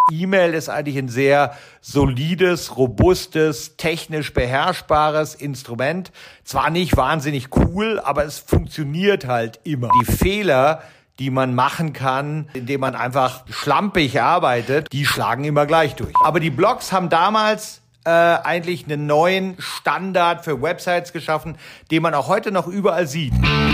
E-Mail ist eigentlich ein sehr solides, robustes, technisch beherrschbares Instrument. Zwar nicht wahnsinnig cool, aber es funktioniert halt immer. Die Fehler, die man machen kann, indem man einfach schlampig arbeitet, die schlagen immer gleich durch. Aber die Blogs haben damals eigentlich einen neuen Standard für Websites geschaffen, den man auch heute noch überall sieht.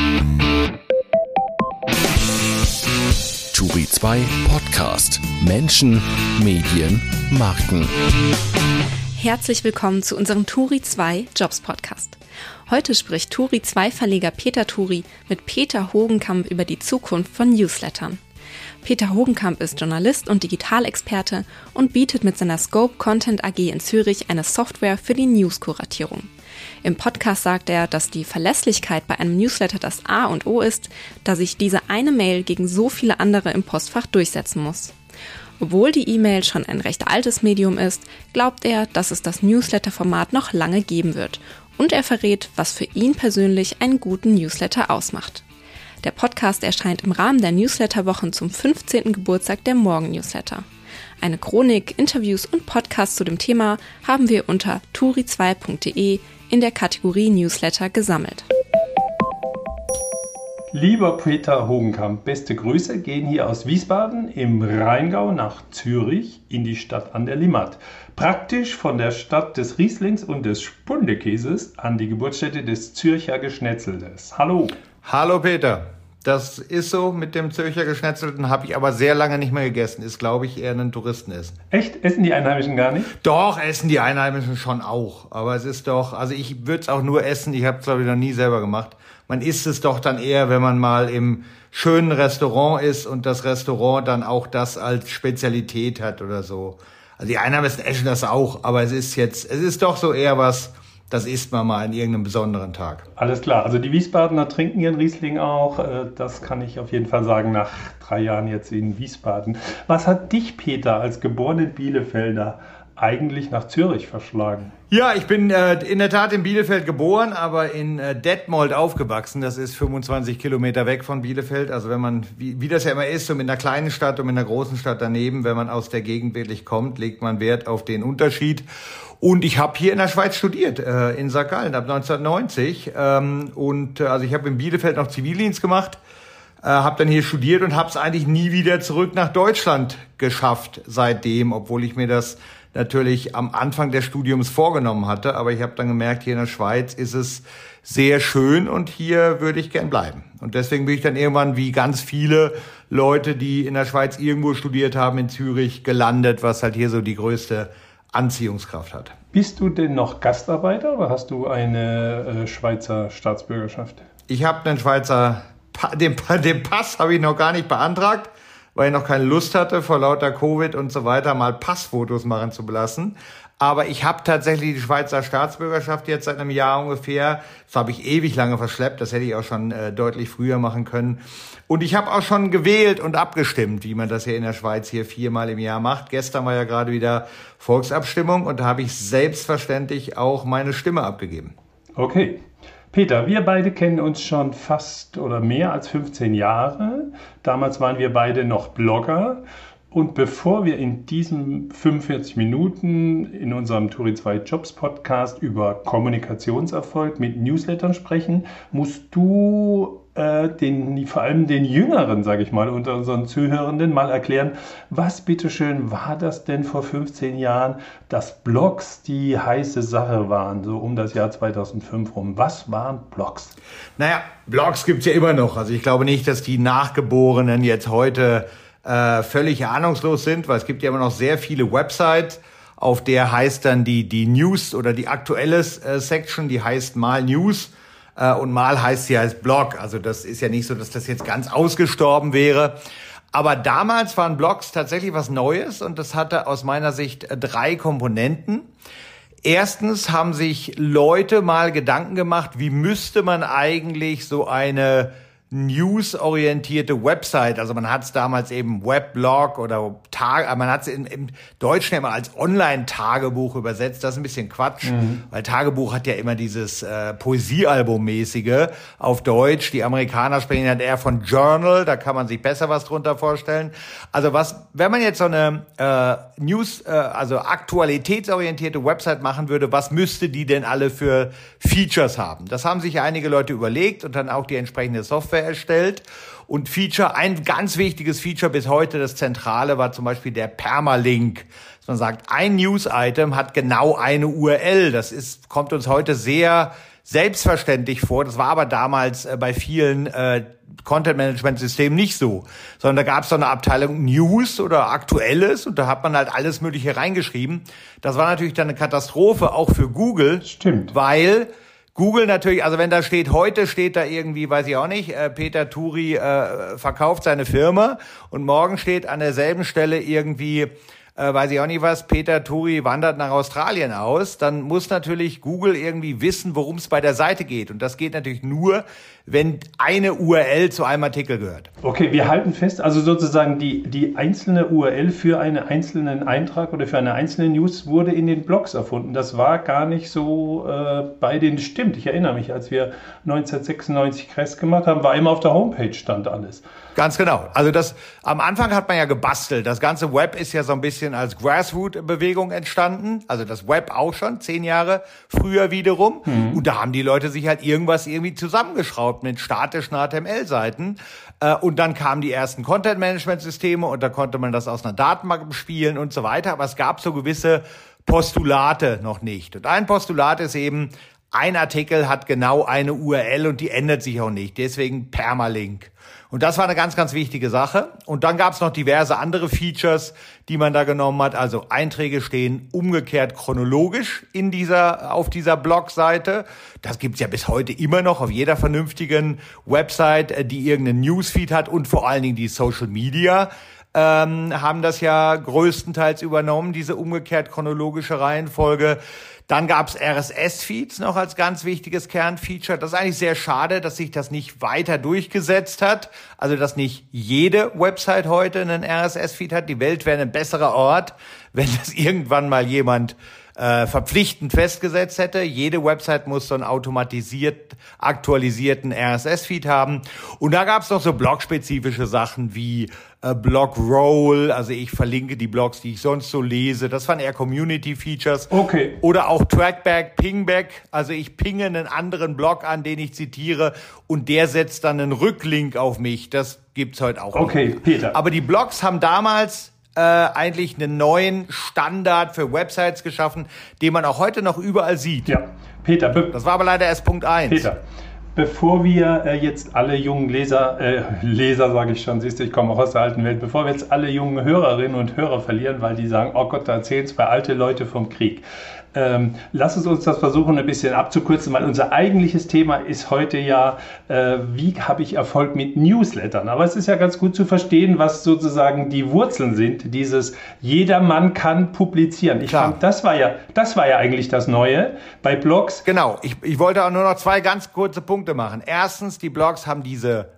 Turi 2 Podcast. Menschen, Medien, Marken. Herzlich willkommen zu unserem Turi 2 Jobs Podcast. Heute spricht Turi 2 Verleger Peter Turi mit Peter Hogenkamp über die Zukunft von Newslettern. Peter Hogenkamp ist Journalist und Digitalexperte und bietet mit seiner Scope Content AG in Zürich eine Software für die News-Kuratierung. Im Podcast sagt er, dass die Verlässlichkeit bei einem Newsletter das A und O ist, da sich diese eine Mail gegen so viele andere im Postfach durchsetzen muss. Obwohl die E-Mail schon ein recht altes Medium ist, glaubt er, dass es das Newsletter-Format noch lange geben wird. Und er verrät, was für ihn persönlich einen guten Newsletter ausmacht. Der Podcast erscheint im Rahmen der Newsletterwochen zum 15. Geburtstag der Morgen-Newsletter. Eine Chronik, Interviews und Podcasts zu dem Thema haben wir unter turi2.de in der Kategorie Newsletter gesammelt. Lieber Peter Hogenkamp, beste Grüße gehen hier aus Wiesbaden im Rheingau nach Zürich in die Stadt an der Limmat. Praktisch von der Stadt des Rieslings und des Spundekäses an die Geburtsstätte des Zürcher Geschnetzeltes. Hallo. Hallo Peter. Das ist so mit dem Zürcher Geschnetzelten, habe ich aber sehr lange nicht mehr gegessen. Ist, glaube ich, eher ein Touristenessen. Echt? Essen die Einheimischen gar nicht? Doch, essen die Einheimischen schon auch. Aber es ist doch, also ich würde es auch nur essen, ich habe es, glaube ich, noch nie selber gemacht. Man isst es doch dann eher, wenn man mal im schönen Restaurant ist und das Restaurant dann auch das als Spezialität hat oder so. Also die Einheimischen essen das auch, aber es ist doch so eher was, das isst man mal an irgendeinem besonderen Tag. Alles klar, also die Wiesbadener trinken ihren Riesling auch, das kann ich auf jeden Fall sagen, nach 3 Jahren jetzt in Wiesbaden. Was hat dich, Peter, als geborenen Bielefelder eigentlich nach Zürich verschlagen? Ja, ich bin in der Tat in Bielefeld geboren, aber in Detmold aufgewachsen. Das ist 25 Kilometer weg von Bielefeld. Also wenn man, wie das ja immer ist, so mit einer kleinen Stadt und mit einer großen Stadt daneben, wenn man aus der Gegend wirklich kommt, legt man Wert auf den Unterschied. Und ich habe hier in der Schweiz studiert, in St. Gallen ab 1990. Also ich habe in Bielefeld noch Zivildienst gemacht, habe dann hier studiert und habe es eigentlich nie wieder zurück nach Deutschland geschafft seitdem, obwohl ich mir das natürlich am Anfang des Studiums vorgenommen hatte. Aber ich habe dann gemerkt, hier in der Schweiz ist es sehr schön und hier würde ich gern bleiben. Und deswegen bin ich dann irgendwann, wie ganz viele Leute, die in der Schweiz irgendwo studiert haben, in Zürich gelandet, was halt hier so die größte Anziehungskraft hat. Bist du denn noch Gastarbeiter oder hast du eine Schweizer Staatsbürgerschaft? Ich habe einen Schweizer, den Pass habe ich noch gar nicht beantragt, weil ich noch keine Lust hatte, vor lauter Covid und so weiter mal Passfotos machen zu lassen. Aber ich habe tatsächlich die Schweizer Staatsbürgerschaft jetzt seit einem Jahr ungefähr. Das habe ich ewig lange verschleppt, das hätte ich auch schon deutlich früher machen können. Und ich habe auch schon gewählt und abgestimmt, wie man das hier in der Schweiz hier 4-mal im Jahr macht. Gestern war ja gerade wieder Volksabstimmung und da habe ich selbstverständlich auch meine Stimme abgegeben. Okay. Peter, wir beide kennen uns schon fast oder mehr als 15 Jahre. Damals waren wir beide noch Blogger. Und bevor wir in diesen 45 Minuten in unserem Turi 2 Jobs Podcast über Kommunikationserfolg mit Newslettern sprechen, musst du vor allem den Jüngeren, sage ich mal, unter unseren Zuhörenden mal erklären, was bitteschön war das denn vor 15 Jahren, dass Blogs die heiße Sache waren, so um das Jahr 2005 rum. Was waren Blogs? Naja, Blogs gibt's ja immer noch. Also ich glaube nicht, dass die Nachgeborenen jetzt heute völlig ahnungslos sind, weil es gibt ja immer noch sehr viele Websites, auf der heißt dann die News oder die aktuelle Section, die heißt mal News. Und mal heißt sie als Blog. Also das ist ja nicht so, dass das jetzt ganz ausgestorben wäre. Aber damals waren Blogs tatsächlich was Neues und das hatte aus meiner Sicht 3 Komponenten. Erstens haben sich Leute mal Gedanken gemacht, wie müsste man eigentlich so eine newsorientierte Website. Also man hat es damals eben Weblog oder man hat es im Deutschen immer als Online-Tagebuch übersetzt. Das ist ein bisschen Quatsch, weil Tagebuch hat ja immer dieses Poesiealbum-mäßige auf Deutsch. Die Amerikaner sprechen halt eher von Journal, da kann man sich besser was drunter vorstellen. Also wenn man jetzt so eine also aktualitätsorientierte Website machen würde, was müsste die denn alle für Features haben? Das haben sich einige Leute überlegt und dann auch die entsprechende Software erstellt. Und ein ganz wichtiges Feature bis heute, das Zentrale, war zum Beispiel der Permalink. Dass man sagt, ein News-Item hat genau eine URL. Kommt uns heute sehr selbstverständlich vor. Das war aber damals bei vielen Content-Management-Systemen nicht so. Sondern da gab es so eine Abteilung News oder Aktuelles und da hat man halt alles Mögliche reingeschrieben. Das war natürlich dann eine Katastrophe, auch für Google. Stimmt. Weil Google natürlich, also wenn da steht, heute steht da irgendwie, weiß ich auch nicht, Peter Turi verkauft seine Firma und morgen steht an derselben Stelle irgendwie, weiß ich auch nicht was, Peter Turi wandert nach Australien aus, dann muss natürlich Google irgendwie wissen, worum es bei der Seite geht. Und das geht natürlich nur, wenn eine URL zu einem Artikel gehört. Okay, wir halten fest, also sozusagen die einzelne URL für einen einzelnen Eintrag oder für eine einzelne News wurde in den Blogs erfunden. Das war gar nicht so bei den Stimmt. Ich erinnere mich, als wir 1996 Kress gemacht haben, war immer auf der Homepage stand alles. Ganz genau. Also am Anfang hat man ja gebastelt. Das ganze Web ist ja so ein bisschen als Grassroot-Bewegung entstanden. Also das Web auch schon 10 Jahre früher wiederum. Und da haben die Leute sich halt irgendwas irgendwie zusammengeschraubt mit statischen HTML-Seiten. Und dann kamen die ersten Content-Management-Systeme und da konnte man das aus einer Datenbank bespielen und so weiter. Aber es gab so gewisse Postulate noch nicht. Und ein Postulat ist eben, ein Artikel hat genau eine URL und die ändert sich auch nicht. Deswegen Permalink. Und das war eine ganz, ganz wichtige Sache. Und dann gab es noch diverse andere Features, die man da genommen hat. Also Einträge stehen umgekehrt chronologisch auf dieser Blogseite. Das gibt's ja bis heute immer noch auf jeder vernünftigen Website, die irgendeinen Newsfeed hat und vor allen Dingen die Social Media haben das ja größtenteils übernommen, diese umgekehrt chronologische Reihenfolge. Dann gab's RSS-Feeds noch als ganz wichtiges Kernfeature. Das ist eigentlich sehr schade, dass sich das nicht weiter durchgesetzt hat. Also, dass nicht jede Website heute einen RSS-Feed hat. Die Welt wäre ein besserer Ort, wenn das irgendwann mal jemand verpflichtend festgesetzt hätte. Jede Website muss so einen automatisiert aktualisierten RSS-Feed haben. Und da gab's noch so blogspezifische Sachen wie Blogroll, also ich verlinke die Blogs, die ich sonst so lese. Das waren eher Community-Features. Okay. Oder auch Trackback, Pingback, also ich pinge einen anderen Blog an, den ich zitiere und der setzt dann einen Rücklink auf mich. Das gibt's heute auch. Okay, nicht. Peter. Aber die Blogs haben damals eigentlich einen neuen Standard für Websites geschaffen, den man auch heute noch überall sieht. Ja, Peter. Das war aber leider erst Punkt 1. Peter, bevor wir jetzt alle jungen Leser sage ich schon, siehst du, ich komme auch aus der alten Welt, bevor wir jetzt alle jungen Hörerinnen und Hörer verlieren, weil die sagen, oh Gott, da erzählen 2 alte Leute vom Krieg. Lass uns das versuchen, ein bisschen abzukürzen, weil unser eigentliches Thema ist heute ja, wie habe ich Erfolg mit Newslettern? Aber es ist ja ganz gut zu verstehen, was sozusagen die Wurzeln sind, dieses jedermann kann publizieren. Ich fand, das war ja eigentlich das Neue bei Blogs. Genau, ich wollte auch nur noch 2 ganz kurze Punkte machen. Erstens, die Blogs haben diese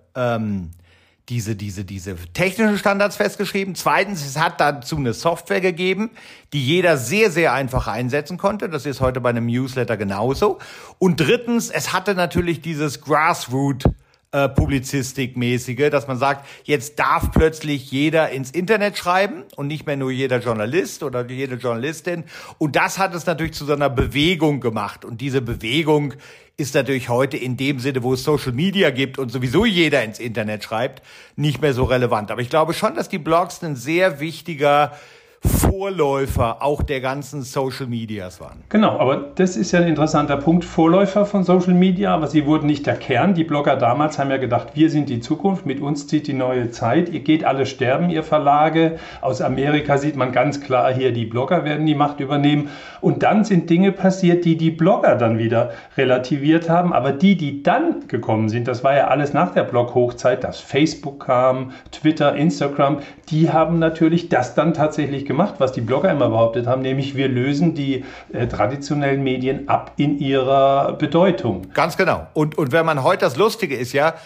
technischen Standards festgeschrieben. Zweitens, es hat dazu eine Software gegeben, die jeder sehr, sehr einfach einsetzen konnte. Das ist heute bei einem Newsletter genauso. Und drittens, es hatte natürlich dieses Grassroot-Publizistik-mäßige, dass man sagt, jetzt darf plötzlich jeder ins Internet schreiben und nicht mehr nur jeder Journalist oder jede Journalistin. Und das hat es natürlich zu so einer Bewegung gemacht. Und diese Bewegung ist natürlich heute in dem Sinne, wo es Social Media gibt und sowieso jeder ins Internet schreibt, nicht mehr so relevant. Aber ich glaube schon, dass die Blogs ein sehr wichtiger Vorläufer auch der ganzen Social Medias waren. Genau, aber das ist ja ein interessanter Punkt. Vorläufer von Social Media, aber sie wurden nicht der Kern. Die Blogger damals haben ja gedacht, wir sind die Zukunft, mit uns zieht die neue Zeit. Ihr geht alle sterben, ihr Verlage. Aus Amerika sieht man ganz klar hier, die Blogger werden die Macht übernehmen. Und dann sind Dinge passiert, die die Blogger dann wieder relativiert haben. Aber die dann gekommen sind, das war ja alles nach der Blog-Hochzeit, dass Facebook kam, Twitter, Instagram, die haben natürlich das dann tatsächlich gemacht, was die Blogger immer behauptet haben, nämlich wir lösen die traditionellen Medien ab in ihrer Bedeutung. Ganz genau. Und wenn man heute, das Lustige ist ja,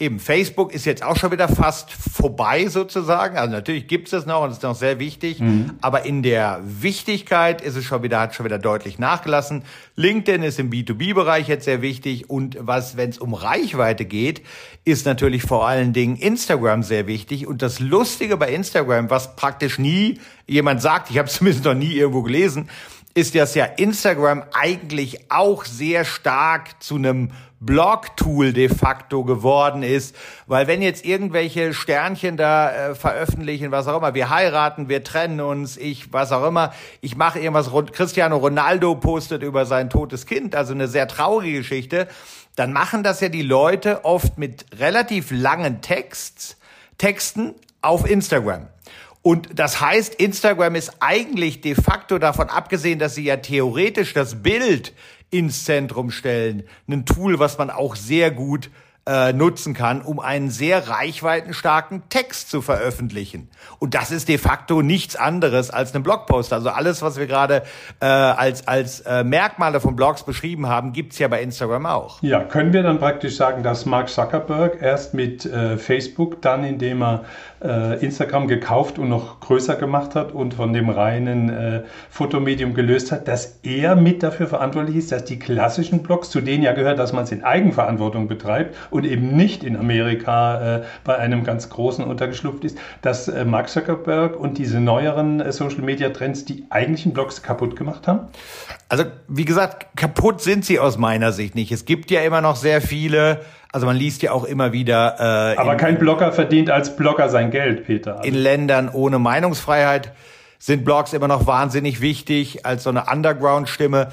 Eben, Facebook ist jetzt auch schon wieder fast vorbei sozusagen. Also natürlich gibt es das noch und ist noch sehr wichtig. Aber in der Wichtigkeit ist es hat schon wieder deutlich nachgelassen. LinkedIn ist im B2B-Bereich jetzt sehr wichtig. Und wenn es um Reichweite geht, ist natürlich vor allen Dingen Instagram sehr wichtig. Und das Lustige bei Instagram, was praktisch nie jemand sagt, ich habe es zumindest noch nie irgendwo gelesen, ist, dass ja Instagram eigentlich auch sehr stark zu einem Blog-Tool de facto geworden ist, weil wenn jetzt irgendwelche Sternchen da veröffentlichen, was auch immer, wir heiraten, wir trennen uns, was auch immer, ich mache irgendwas, Cristiano Ronaldo postet über sein totes Kind, also eine sehr traurige Geschichte, dann machen das ja die Leute oft mit relativ langen Texten auf Instagram. Und das heißt, Instagram ist eigentlich de facto davon abgesehen, dass sie ja theoretisch das Bild ins Zentrum stellen, ein Tool, was man auch sehr gut nutzen kann, um einen sehr reichweitenstarken Text zu veröffentlichen. Und das ist de facto nichts anderes als ein Blogpost. Also alles, was wir gerade als Merkmale von Blogs beschrieben haben, gibt's ja bei Instagram auch. Ja, können wir dann praktisch sagen, dass Mark Zuckerberg erst mit Facebook, dann indem er Instagram gekauft und noch größer gemacht hat und von dem reinen Fotomedium gelöst hat, dass er mit dafür verantwortlich ist, dass die klassischen Blogs, zu denen ja gehört, dass man es in Eigenverantwortung betreibt und eben nicht in Amerika bei einem ganz großen untergeschlupft ist, dass Mark Zuckerberg und diese neueren Social-Media-Trends die eigentlichen Blogs kaputt gemacht haben? Also wie gesagt, kaputt sind sie aus meiner Sicht nicht. Es gibt ja immer noch sehr viele, also man liest ja auch immer wieder... Aber kein Blogger verdient als Blogger sein Geld, Peter. Also in Ländern ohne Meinungsfreiheit sind Blogs immer noch wahnsinnig wichtig als so eine Underground-Stimme.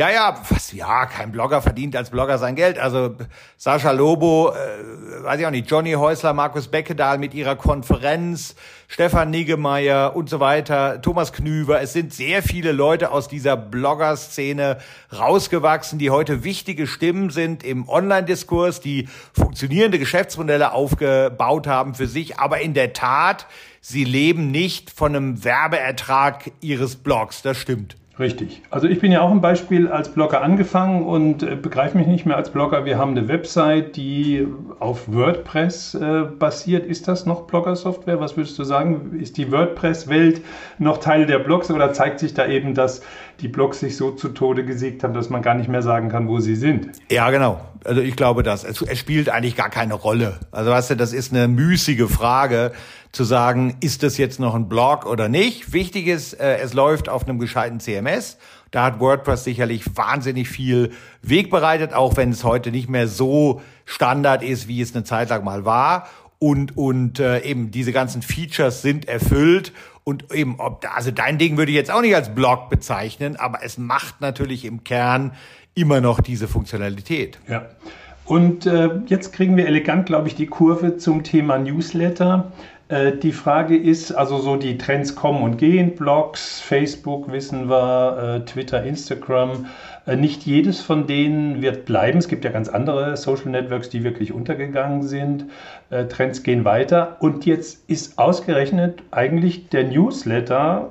Kein Blogger verdient als Blogger sein Geld. Also Sascha Lobo, weiß ich auch nicht, Johnny Häusler, Markus Beckedahl mit ihrer Konferenz, Stefan Niggemeier und so weiter, Thomas Knüver. Es sind sehr viele Leute aus dieser Blogger-Szene rausgewachsen, die heute wichtige Stimmen sind im Online-Diskurs, die funktionierende Geschäftsmodelle aufgebaut haben für sich, aber in der Tat, sie leben nicht von einem Werbeertrag ihres Blogs. Das stimmt. Richtig. Also ich bin ja auch ein Beispiel als Blogger angefangen und begreife mich nicht mehr als Blogger. Wir haben eine Website, die auf WordPress basiert. Ist das noch Blogger-Software? Was würdest du sagen? Ist die WordPress-Welt noch Teil der Blogs oder zeigt sich da eben, dass die Blogs sich so zu Tode gesiegt haben, dass man gar nicht mehr sagen kann, wo sie sind? Ja, genau. Also ich glaube, es spielt eigentlich gar keine Rolle. Also weißt du, das ist eine müßige Frage, zu sagen, ist das jetzt noch ein Blog oder nicht? Wichtig ist, es läuft auf einem gescheiten CMS. Da hat WordPress sicherlich wahnsinnig viel Weg bereitet, auch wenn es heute nicht mehr so Standard ist, wie es eine Zeit lang mal war. Und eben diese ganzen Features sind erfüllt. Und eben, also dein Ding würde ich jetzt auch nicht als Blog bezeichnen, aber es macht natürlich im Kern immer noch diese Funktionalität. Ja. Und jetzt kriegen wir elegant, glaube ich, die Kurve zum Thema Newsletter. Die Frage ist, also so die Trends kommen und gehen, Blogs, Facebook wissen wir, Twitter, Instagram, nicht jedes von denen wird bleiben. Es gibt ja ganz andere Social Networks, die wirklich untergegangen sind. Trends gehen weiter und jetzt ist ausgerechnet eigentlich der Newsletter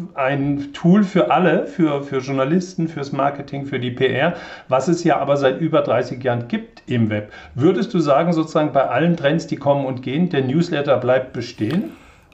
ein Tool für alle, für Journalisten, fürs Marketing, für die PR, was es ja aber seit über 30 Jahren gibt im Web. Würdest du sagen, sozusagen bei allen Trends, die kommen und gehen, der Newsletter bleibt bestehen?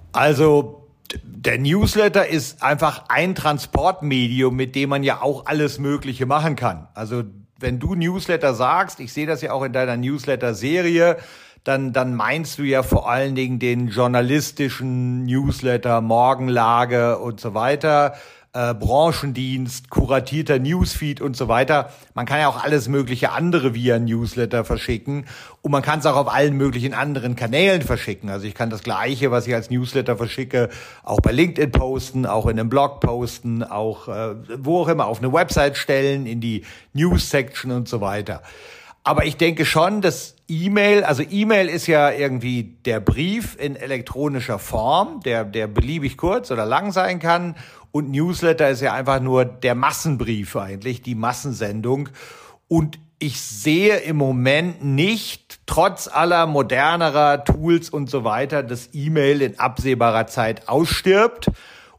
Also der Newsletter ist einfach ein Transportmedium, mit dem man ja auch alles Mögliche machen kann. Also wenn du Newsletter sagst, ich sehe das ja auch in deiner Newsletter-Serie, dann meinst du ja vor allen Dingen den journalistischen Newsletter, Morgenlage und so weiter, Branchendienst, kuratierter Newsfeed und so weiter. Man kann ja auch alles mögliche andere via Newsletter verschicken und man kann es auch auf allen möglichen anderen Kanälen verschicken. Also ich kann das Gleiche, was ich als Newsletter verschicke, auch bei LinkedIn posten, auch in einem Blog posten, auch wo auch immer, auf eine Website stellen, in die News-Section und so weiter. Aber ich denke schon, dass E-Mail ist ja irgendwie der Brief in elektronischer Form, der beliebig kurz oder lang sein kann. Und Newsletter ist ja einfach nur der Massenbrief eigentlich, die Massensendung. Und ich sehe im Moment nicht, trotz aller modernerer Tools und so weiter, dass E-Mail in absehbarer Zeit ausstirbt.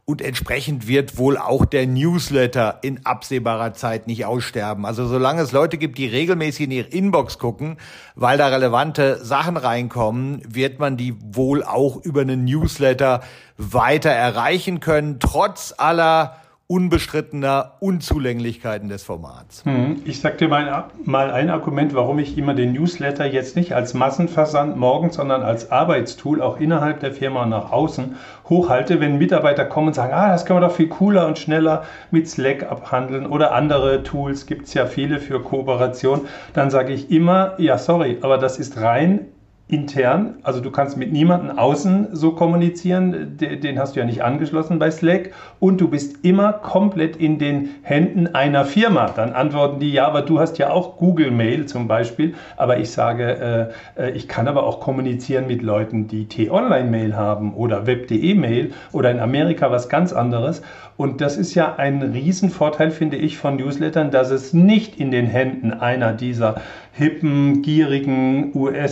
und entsprechend wird wohl auch der Newsletter in absehbarer Zeit nicht aussterben. Also solange es Leute gibt, die regelmäßig in ihre Inbox gucken, weil da relevante Sachen reinkommen, wird man die wohl auch über einen Newsletter weiter erreichen können, trotz aller unbestrittener Unzulänglichkeiten des Formats. Ich sag dir mal ein Argument, warum ich immer den Newsletter jetzt nicht als Massenversand morgens, sondern als Arbeitstool auch innerhalb der Firma nach außen hochhalte, wenn Mitarbeiter kommen und sagen, das können wir doch viel cooler und schneller mit Slack abhandeln oder andere Tools, gibt es ja viele für Kooperation, dann sage ich immer, ja sorry, aber das ist rein intern, also du kannst mit niemandem außen so kommunizieren, den hast du ja nicht angeschlossen bei Slack und du bist immer komplett in den Händen einer Firma. Dann antworten die, ja, aber du hast ja auch Google Mail zum Beispiel, aber ich sage, ich kann aber auch kommunizieren mit Leuten, die T-Online-Mail haben oder Web.de-Mail oder in Amerika was ganz anderes und das ist ja ein Riesenvorteil, finde ich, von Newslettern, dass es nicht in den Händen einer dieser hippen, gierigen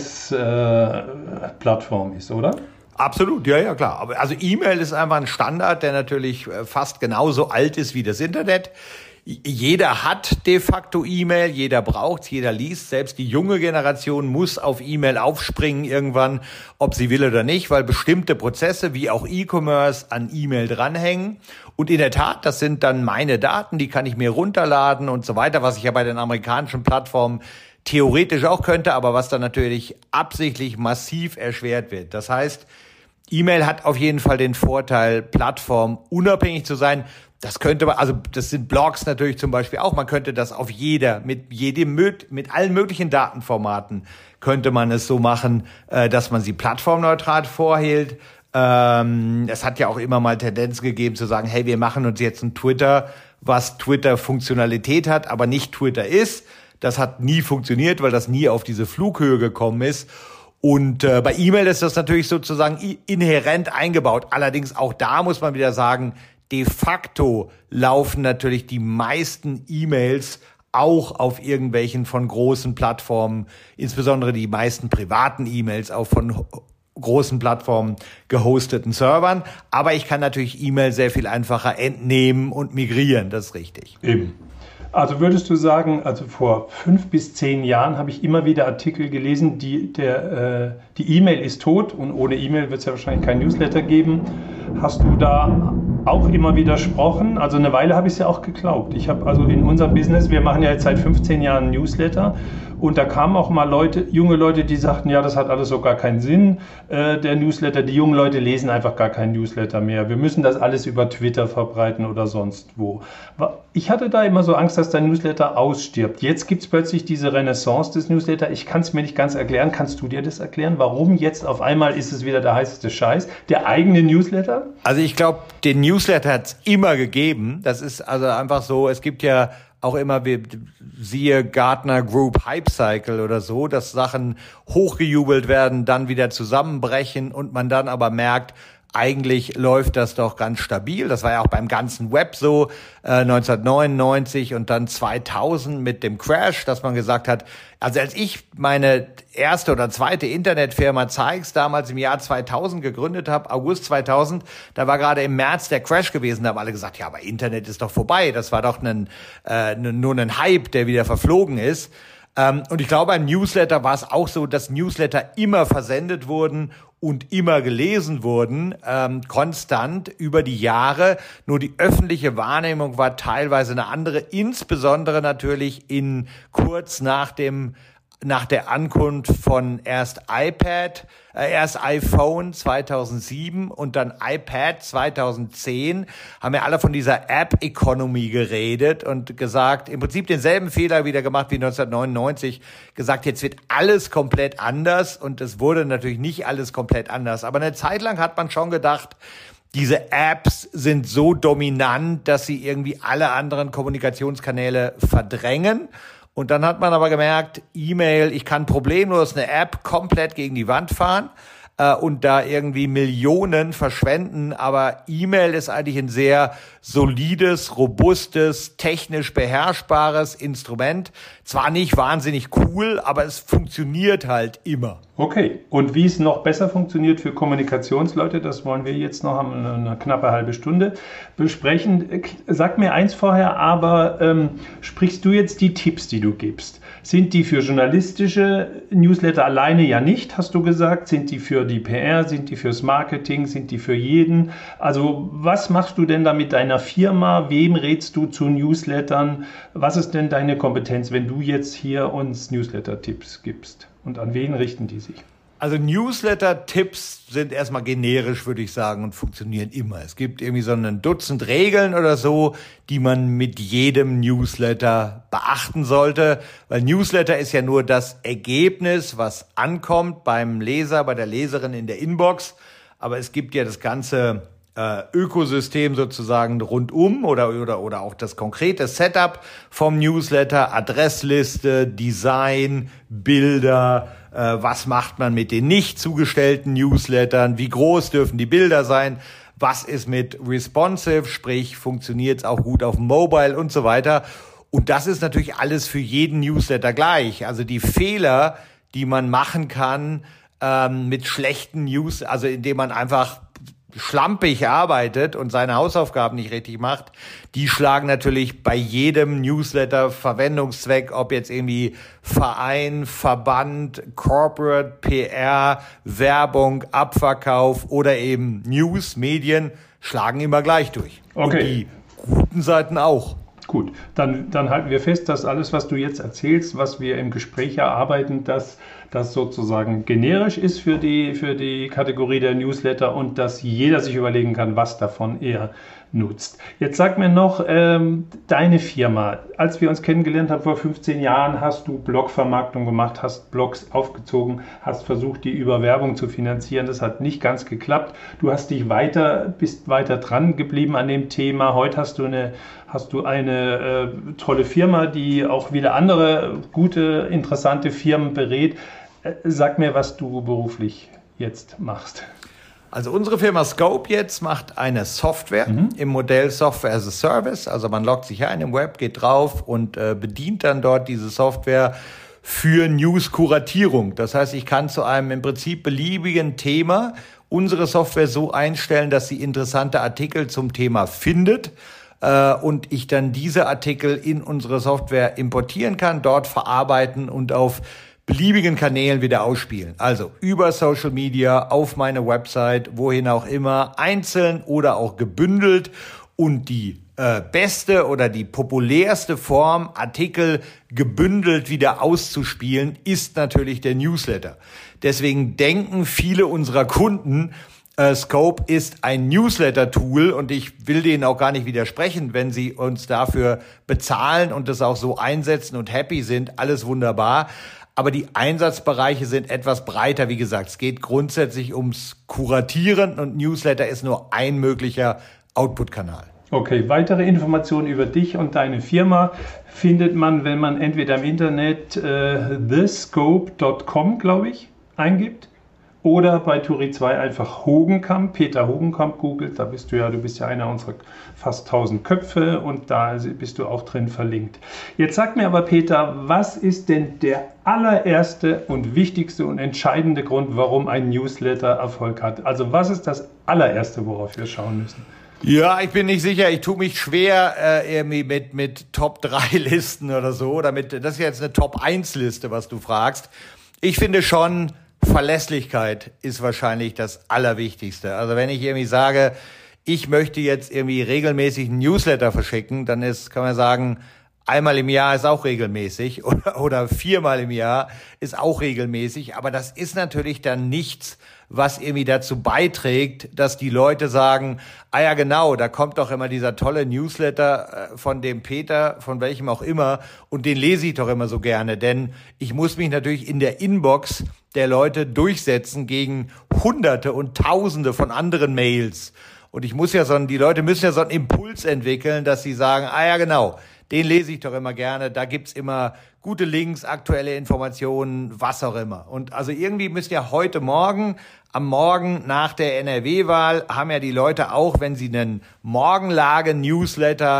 US-Plattformen ist, oder? Absolut, ja, klar. Aber also E-Mail ist einfach ein Standard, der natürlich fast genauso alt ist wie das Internet. Jeder hat de facto E-Mail, jeder braucht's, jeder liest. Selbst die junge Generation muss auf E-Mail aufspringen irgendwann, ob sie will oder nicht, weil bestimmte Prozesse wie auch E-Commerce an E-Mail dranhängen. Und in der Tat, das sind dann meine Daten, die kann ich mir runterladen und so weiter, was ich ja bei den amerikanischen Plattformen theoretisch auch könnte, aber was dann natürlich absichtlich massiv erschwert wird. Das heißt, E-Mail hat auf jeden Fall den Vorteil, plattformunabhängig zu sein. Das könnte man, also das sind Blogs natürlich zum Beispiel auch. Man könnte das auf mit allen möglichen Datenformaten könnte man es so machen, dass man sie plattformneutral vorhält. Es hat ja auch immer mal Tendenzen gegeben zu sagen, hey, wir machen uns jetzt ein Twitter, was Twitter-Funktionalität hat, aber nicht Twitter ist. Das hat nie funktioniert, weil das nie auf diese Flughöhe gekommen ist. Und bei E-Mail ist das natürlich sozusagen inhärent eingebaut. Allerdings auch da muss man wieder sagen, de facto laufen natürlich die meisten E-Mails auch auf irgendwelchen von großen Plattformen, insbesondere die meisten privaten E-Mails auch von großen Plattformen gehosteten Servern. Aber ich kann natürlich E-Mail sehr viel einfacher entnehmen und migrieren, das ist richtig. Eben. Also würdest du sagen, also vor 5 bis 10 Jahren habe ich immer wieder Artikel gelesen, die E-Mail ist tot und ohne E-Mail wird es ja wahrscheinlich kein Newsletter geben. Hast du da auch immer widersprochen? Also eine Weile habe ich es ja auch geglaubt. Ich habe also in unserem Business, wir machen ja jetzt seit 15 Jahren Newsletter und da kamen auch mal junge Leute, die sagten, ja, das hat alles so gar keinen Sinn, der Newsletter. Die jungen Leute lesen einfach gar keinen Newsletter mehr. Wir müssen das alles über Twitter verbreiten oder sonst wo. Ich hatte da immer so Angst, dass der Newsletter ausstirbt. Jetzt gibt es plötzlich diese Renaissance des Newsletter. Ich kann es mir nicht ganz erklären. Kannst du dir das erklären? Warum jetzt auf einmal ist es wieder der heißeste Scheiß? Der eigene Newsletter? Also ich glaube, den Newsletter hat es immer gegeben. Das ist also einfach so, es gibt ja auch immer, siehe Gartner Group Hype Cycle oder so, dass Sachen hochgejubelt werden, dann wieder zusammenbrechen und man dann aber merkt, eigentlich läuft das doch ganz stabil. Das war ja auch beim ganzen Web so, 1999 und dann 2000 mit dem Crash, dass man gesagt hat, also als ich meine erste oder zweite Internetfirma Zeigs damals im Jahr 2000 gegründet habe, August 2000, da war gerade im März der Crash gewesen, da haben alle gesagt, ja, aber Internet ist doch vorbei. Das war doch nur ein Hype, der wieder verflogen ist. Und ich glaube, beim Newsletter war es auch so, dass Newsletter immer versendet wurden und immer gelesen wurden, konstant über die Jahre. Nur die öffentliche Wahrnehmung war teilweise eine andere, insbesondere natürlich kurz nach der Ankunft von erst iPhone 2007 und dann iPad 2010, haben ja alle von dieser App-Economy geredet und gesagt, im Prinzip denselben Fehler wieder gemacht wie 1999, gesagt, jetzt wird alles komplett anders und es wurde natürlich nicht alles komplett anders. Aber eine Zeit lang hat man schon gedacht, diese Apps sind so dominant, dass sie irgendwie alle anderen Kommunikationskanäle verdrängen. Und dann hat man aber gemerkt, E-Mail, ich kann problemlos eine App komplett gegen die Wand fahren und da irgendwie Millionen verschwenden. Aber E-Mail ist eigentlich ein sehr solides, robustes, technisch beherrschbares Instrument. Zwar nicht wahnsinnig cool, aber es funktioniert halt immer. Okay, und wie es noch besser funktioniert für Kommunikationsleute, das wollen wir jetzt noch eine knappe halbe Stunde besprechen. Sag mir eins vorher, aber sprichst du jetzt die Tipps, die du gibst? Sind die für journalistische Newsletter alleine ja nicht, hast du gesagt? Sind die für die PR, sind die fürs Marketing, sind die für jeden? Also was machst du denn da mit deiner Firma? Wem rätst du zu Newslettern? Was ist denn deine Kompetenz, wenn du jetzt hier uns Newsletter-Tipps gibst? Und an wen richten die sich? Also Newsletter-Tipps sind erstmal generisch, würde ich sagen, und funktionieren immer. Es gibt irgendwie so ein Dutzend Regeln oder so, die man mit jedem Newsletter beachten sollte. Weil Newsletter ist ja nur das Ergebnis, was ankommt beim Leser, bei der Leserin in der Inbox. Aber es gibt ja das ganze Ökosystem sozusagen rundum oder auch das konkrete Setup vom Newsletter, Adressliste, Design, Bilder, was macht man mit den nicht zugestellten Newslettern, wie groß dürfen die Bilder sein, was ist mit responsive, sprich funktioniert es auch gut auf dem Mobile und so weiter. Und das ist natürlich alles für jeden Newsletter gleich. Also die Fehler, die man machen kann mit schlechten News, also indem man einfach schlampig arbeitet und seine Hausaufgaben nicht richtig macht, die schlagen natürlich bei jedem Newsletter Verwendungszweck, ob jetzt irgendwie Verein, Verband, Corporate, PR, Werbung, Abverkauf oder eben News, Medien, schlagen immer gleich durch. Okay. Und die guten Seiten auch. Gut, dann halten wir fest, dass alles, was du jetzt erzählst, was wir im Gespräch erarbeiten, dass das sozusagen generisch ist für die Kategorie der Newsletter und dass jeder sich überlegen kann, was davon er nutzt. Jetzt sag mir noch, deine Firma, als wir uns kennengelernt haben vor 15 Jahren, hast du Blogvermarktung gemacht, hast Blogs aufgezogen, hast versucht, die über Werbung zu finanzieren. Das hat nicht ganz geklappt. Du hast dich bist weiter dran geblieben an dem Thema. Heute hast du eine tolle Firma, die auch wieder andere gute, interessante Firmen berät. Sag mir, was du beruflich jetzt machst. Also unsere Firma Scope jetzt macht eine Software im Modell Software as a Service. Also man loggt sich ein im Web, geht drauf und bedient dann dort diese Software für News-Kuratierung. Das heißt, ich kann zu einem im Prinzip beliebigen Thema unsere Software so einstellen, dass sie interessante Artikel zum Thema findet und ich dann diese Artikel in unsere Software importieren kann, dort verarbeiten und auf beliebigen Kanälen wieder ausspielen. Also über Social Media, auf meine Website, wohin auch immer, einzeln oder auch gebündelt. Und die beste oder die populärste Form, Artikel gebündelt wieder auszuspielen, ist natürlich der Newsletter. Deswegen denken viele unserer Kunden, Scope ist ein Newsletter-Tool und ich will denen auch gar nicht widersprechen, wenn sie uns dafür bezahlen und das auch so einsetzen und happy sind, alles wunderbar. Aber die Einsatzbereiche sind etwas breiter, wie gesagt. Es geht grundsätzlich ums Kuratieren und Newsletter ist nur ein möglicher Output-Kanal. Okay, weitere Informationen über dich und deine Firma findet man, wenn man entweder im Internet thescope.com, glaube ich, eingibt oder bei Turi 2 einfach Hogenkamp, Peter Hogenkamp googelt. Da bist du bist ja einer unserer fast 1000 Köpfe und da bist du auch drin verlinkt. Jetzt sag mir aber, Peter, was ist denn der allererste und wichtigste und entscheidende Grund, warum ein Newsletter Erfolg hat? Also was ist das allererste, worauf wir schauen müssen? Ja, ich bin nicht sicher. Ich tue mich schwer irgendwie mit Top-3-Listen oder so. Das ist jetzt eine Top-1-Liste, was du fragst. Ich finde schon, Verlässlichkeit ist wahrscheinlich das Allerwichtigste. Also wenn ich irgendwie sage, ich möchte jetzt irgendwie regelmäßig einen Newsletter verschicken, dann kann man sagen, einmal im Jahr ist auch regelmäßig oder 4-mal im Jahr ist auch regelmäßig. Aber das ist natürlich dann nichts, was irgendwie dazu beiträgt, dass die Leute sagen, ah ja genau, da kommt doch immer dieser tolle Newsletter von dem Peter, von welchem auch immer, und den lese ich doch immer so gerne, denn ich muss mich natürlich in der Inbox der Leute durchsetzen gegen Hunderte und Tausende von anderen Mails. Und die Leute müssen ja so einen Impuls entwickeln, dass sie sagen, ah ja genau, den lese ich doch immer gerne, da gibt's immer gute Links, aktuelle Informationen, was auch immer. Und also irgendwie müsst ja heute Morgen, am Morgen nach der NRW-Wahl, haben ja die Leute auch, wenn sie einen Morgenlage-Newsletter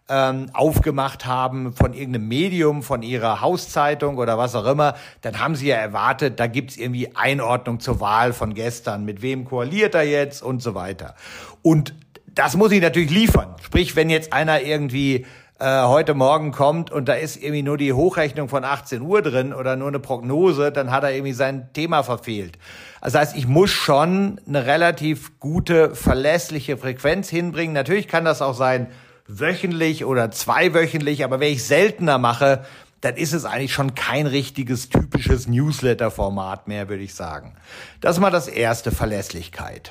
aufgemacht haben von irgendeinem Medium, von ihrer Hauszeitung oder was auch immer, dann haben sie ja erwartet, da gibt's irgendwie Einordnung zur Wahl von gestern, mit wem koaliert er jetzt und so weiter. Und das muss ich natürlich liefern. Sprich, wenn jetzt einer irgendwie heute Morgen kommt und da ist irgendwie nur die Hochrechnung von 18 Uhr drin oder nur eine Prognose, dann hat er irgendwie sein Thema verfehlt. Das heißt, ich muss schon eine relativ gute, verlässliche Frequenz hinbringen. Natürlich kann das auch sein, wöchentlich oder zweiwöchentlich, aber wenn ich seltener mache, dann ist es eigentlich schon kein richtiges, typisches Newsletter-Format mehr, würde ich sagen. Das ist mal das erste, Verlässlichkeit.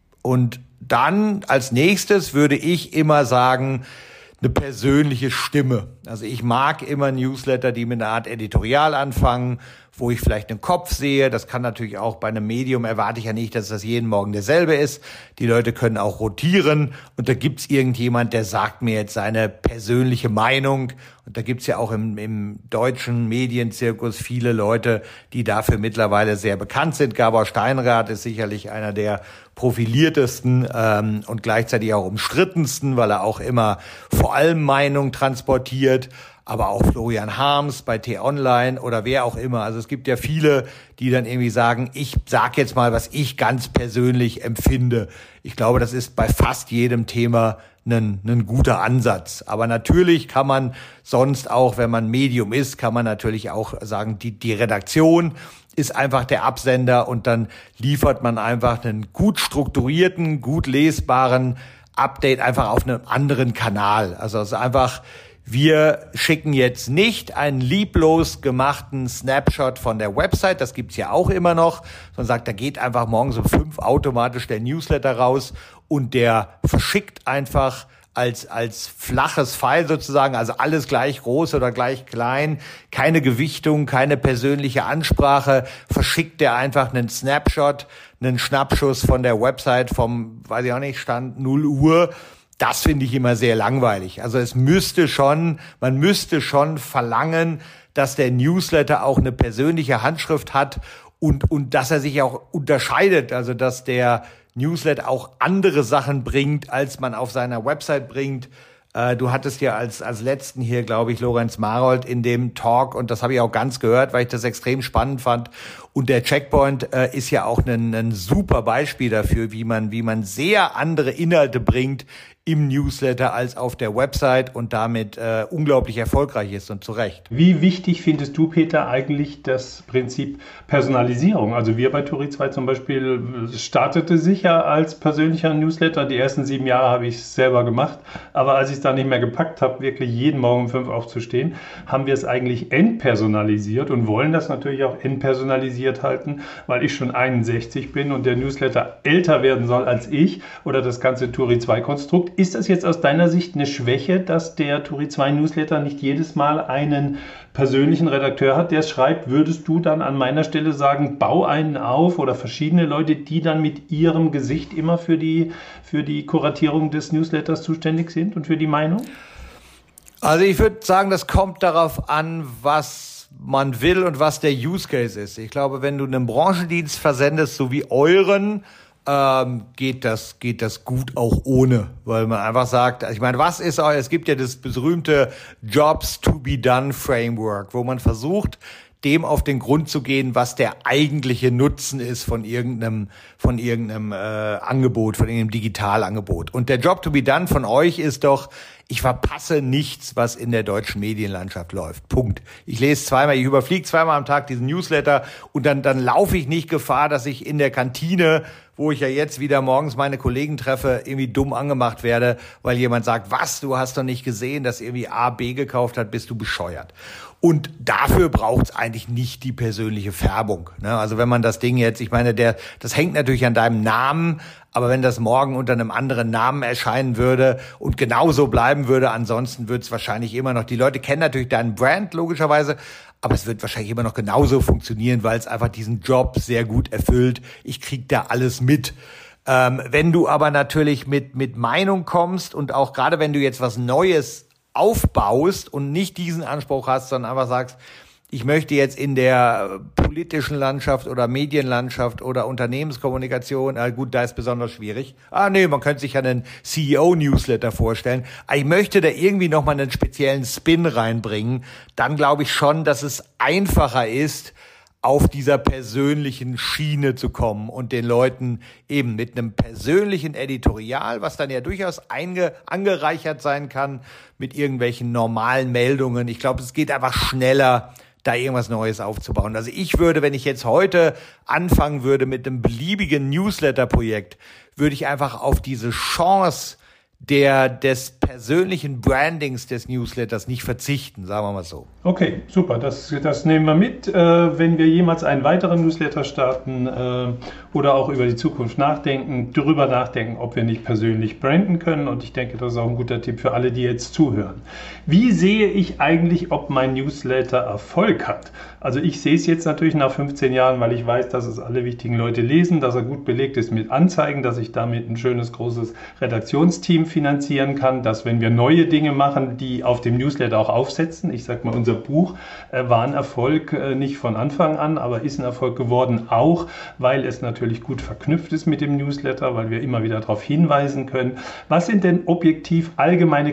Und dann als nächstes würde ich immer sagen, eine persönliche Stimme. Also ich mag immer Newsletter, die mit einer Art Editorial anfangen, wo ich vielleicht einen Kopf sehe. Das kann natürlich auch bei einem Medium, erwarte ich ja nicht, dass das jeden Morgen derselbe ist. Die Leute können auch rotieren und da gibt's irgendjemand, der sagt mir jetzt seine persönliche Meinung. Und da gibt's ja auch im deutschen Medienzirkus viele Leute, die dafür mittlerweile sehr bekannt sind. Gabor Steinrath ist sicherlich einer der profiliertesten und gleichzeitig auch umstrittensten, weil er auch immer vor allem Meinung transportiert. Aber auch Florian Harms bei T-Online oder wer auch immer. Also es gibt ja viele, die dann irgendwie sagen, ich sag jetzt mal, was ich ganz persönlich empfinde. Ich glaube, das ist bei fast jedem Thema ein guter Ansatz. Aber natürlich kann man sonst auch, wenn man Medium ist, kann man natürlich auch sagen, die Redaktion ist einfach der Absender und dann liefert man einfach einen gut strukturierten, gut lesbaren Update einfach auf einem anderen Kanal. Also es ist einfach, wir schicken jetzt nicht einen lieblos gemachten Snapshot von der Website, das gibt's ja auch immer noch, sondern sagt, da geht einfach morgens um 5 automatisch der Newsletter raus und der verschickt einfach als flaches File sozusagen, also alles gleich groß oder gleich klein, keine Gewichtung, keine persönliche Ansprache, verschickt der einfach einen Snapshot, einen Schnappschuss von der Website vom, weiß ich auch nicht, Stand 0 Uhr. Das finde ich immer sehr langweilig. Also man müsste schon verlangen, dass der Newsletter auch eine persönliche Handschrift hat und dass er sich auch unterscheidet. Also dass der Newsletter auch andere Sachen bringt, als man auf seiner Website bringt. Du hattest ja als letzten hier, glaube ich, Lorenz Marold in dem Talk, und das habe ich auch ganz gehört, weil ich das extrem spannend fand. Und der Checkpoint ist ja auch ein super Beispiel dafür, wie man sehr andere Inhalte bringt im Newsletter als auf der Website und damit unglaublich erfolgreich ist und zu Recht. Wie wichtig findest du, Peter, eigentlich das Prinzip Personalisierung? Also wir bei Turi 2 zum Beispiel startete sicher als persönlicher Newsletter. Die ersten 7 Jahre habe ich es selber gemacht. Aber als ich es dann nicht mehr gepackt habe, wirklich jeden Morgen um 5 aufzustehen, haben wir es eigentlich entpersonalisiert und wollen das natürlich auch entpersonalisiert halten, weil ich schon 61 bin und der Newsletter älter werden soll als ich oder das ganze Turi 2 Konstrukt. Ist das jetzt aus deiner Sicht eine Schwäche, dass der Turi 2 Newsletter nicht jedes Mal einen persönlichen Redakteur hat, der es schreibt? Würdest du dann an meiner Stelle sagen, bau einen auf oder verschiedene Leute, die dann mit ihrem Gesicht immer für die Kuratierung des Newsletters zuständig sind und für die Meinung? Also ich würde sagen, das kommt darauf an, was man will und was der Use Case ist. Ich glaube, wenn du einen Branchendienst versendest, so wie euren, geht das gut auch ohne, weil man einfach sagt, ich meine, es gibt ja das berühmte Jobs to be done Framework, wo man versucht, dem auf den Grund zu gehen, was der eigentliche Nutzen ist von irgendeinem Angebot, von irgendeinem Digitalangebot. Und der Job to be done von euch ist doch, ich verpasse nichts, was in der deutschen Medienlandschaft läuft. Punkt. Ich überfliege zweimal am Tag diesen Newsletter und dann laufe ich nicht Gefahr, dass ich in der Kantine, wo ich ja jetzt wieder morgens meine Kollegen treffe, irgendwie dumm angemacht werde, weil jemand sagt, was, du hast doch nicht gesehen, dass irgendwie A, B gekauft hat, bist du bescheuert. Und dafür braucht's eigentlich nicht die persönliche Färbung. Ne? Also wenn man das Ding jetzt, ich meine, das hängt natürlich an deinem Namen, aber wenn das morgen unter einem anderen Namen erscheinen würde und genauso bleiben würde, ansonsten wird es wahrscheinlich immer noch, die Leute kennen natürlich deinen Brand logischerweise, aber es wird wahrscheinlich immer noch genauso funktionieren, weil es einfach diesen Job sehr gut erfüllt. Ich krieg da alles mit. Wenn du aber natürlich mit Meinung kommst und auch gerade wenn du jetzt was Neues aufbaust und nicht diesen Anspruch hast, sondern einfach sagst, ich möchte jetzt in der politischen Landschaft oder Medienlandschaft oder Unternehmenskommunikation, gut, da ist besonders schwierig. Man könnte sich ja einen CEO-Newsletter vorstellen. Ich möchte da irgendwie nochmal einen speziellen Spin reinbringen. Dann glaube ich schon, dass es einfacher ist, auf dieser persönlichen Schiene zu kommen und den Leuten eben mit einem persönlichen Editorial, was dann ja durchaus angereichert sein kann mit irgendwelchen normalen Meldungen. Ich glaube, es geht einfach schneller, da irgendwas Neues aufzubauen. Also ich würde, wenn ich jetzt heute anfangen würde mit einem beliebigen Newsletter-Projekt, würde ich einfach auf diese Chance des persönlichen Brandings des Newsletters nicht verzichten, sagen wir mal so. Okay, super, das nehmen wir mit. Wenn wir jemals einen weiteren Newsletter starten oder auch über die Zukunft darüber nachdenken, ob wir nicht persönlich branden können. Und ich denke, das ist auch ein guter Tipp für alle, die jetzt zuhören. Wie sehe ich eigentlich, ob mein Newsletter Erfolg hat? Also ich sehe es jetzt natürlich nach 15 Jahren, weil ich weiß, dass es alle wichtigen Leute lesen, dass er gut belegt ist mit Anzeigen, dass ich damit ein schönes, großes Redaktionsteam finanzieren kann, dass wenn wir neue Dinge machen, die auf dem Newsletter auch aufsetzen, ich sag mal, unser Buch war ein Erfolg, nicht von Anfang an, aber ist ein Erfolg geworden, auch weil es natürlich gut verknüpft ist mit dem Newsletter, weil wir immer wieder darauf hinweisen können. Was sind denn objektiv allgemeine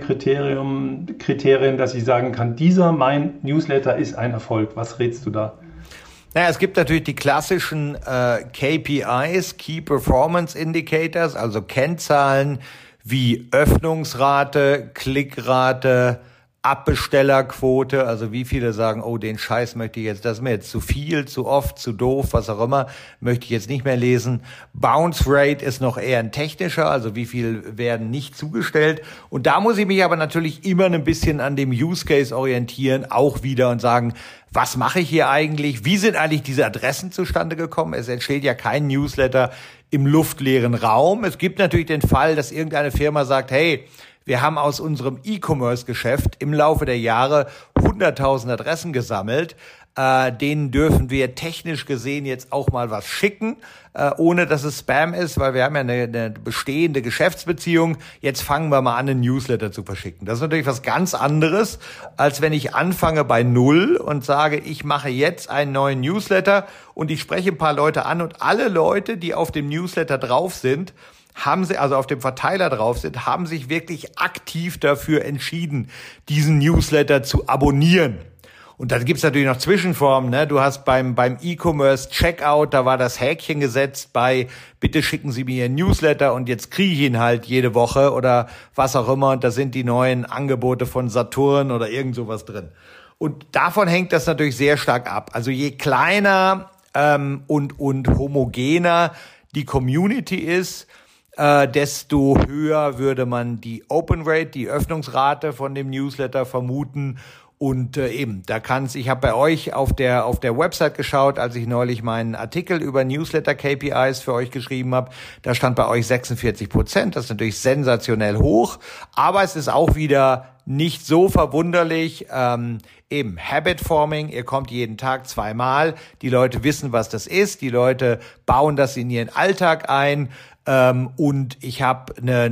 Kriterien, dass ich sagen kann, mein Newsletter ist ein Erfolg? Was rätst du da? Naja, es gibt natürlich die klassischen KPIs, Key Performance Indicators, also Kennzahlen wie Öffnungsrate, Klickrate, Abbestellerquote, also wie viele sagen, oh, den Scheiß möchte ich jetzt, das ist mir jetzt zu viel, zu oft, zu doof, was auch immer, möchte ich jetzt nicht mehr lesen. Bounce Rate ist noch eher ein technischer, also wie viel werden nicht zugestellt. Und da muss ich mich aber natürlich immer ein bisschen an dem Use Case orientieren, auch wieder und sagen, was mache ich hier eigentlich? Wie sind eigentlich diese Adressen zustande gekommen? Es entsteht ja kein Newsletter im luftleeren Raum. Es gibt natürlich den Fall, dass irgendeine Firma sagt, hey, wir haben aus unserem E-Commerce-Geschäft im Laufe der Jahre 100.000 Adressen gesammelt. Denen dürfen wir technisch gesehen jetzt auch mal was schicken, ohne dass es Spam ist, weil wir haben ja eine bestehende Geschäftsbeziehung. Jetzt fangen wir mal an, einen Newsletter zu verschicken. Das ist natürlich was ganz anderes, als wenn ich anfange bei Null und sage, ich mache jetzt einen neuen Newsletter und ich spreche ein paar Leute an und alle Leute, die auf dem Newsletter drauf sind, auf dem Verteiler drauf sind, haben sich wirklich aktiv dafür entschieden, diesen Newsletter zu abonnieren. Und dann gibt's natürlich noch Zwischenformen, ne? Du hast beim E-Commerce Checkout, da war das Häkchen gesetzt bei, bitte schicken Sie mir Ihren Newsletter und jetzt kriege ich ihn halt jede Woche oder was auch immer. Und da sind die neuen Angebote von Saturn oder irgend sowas drin. Und davon hängt das natürlich sehr stark ab. Also je kleiner und homogener die Community ist, desto höher würde man die Open Rate, die Öffnungsrate von dem Newsletter vermuten. Und ich habe bei euch auf der Website geschaut, als ich neulich meinen Artikel über Newsletter-KPIs für euch geschrieben habe. Da stand bei euch 46%. Das ist natürlich sensationell hoch. Aber es ist auch wieder nicht so verwunderlich. Habit Forming, ihr kommt jeden Tag 2-mal. Die Leute wissen, was das ist. Die Leute bauen das in ihren Alltag ein. Und ich habe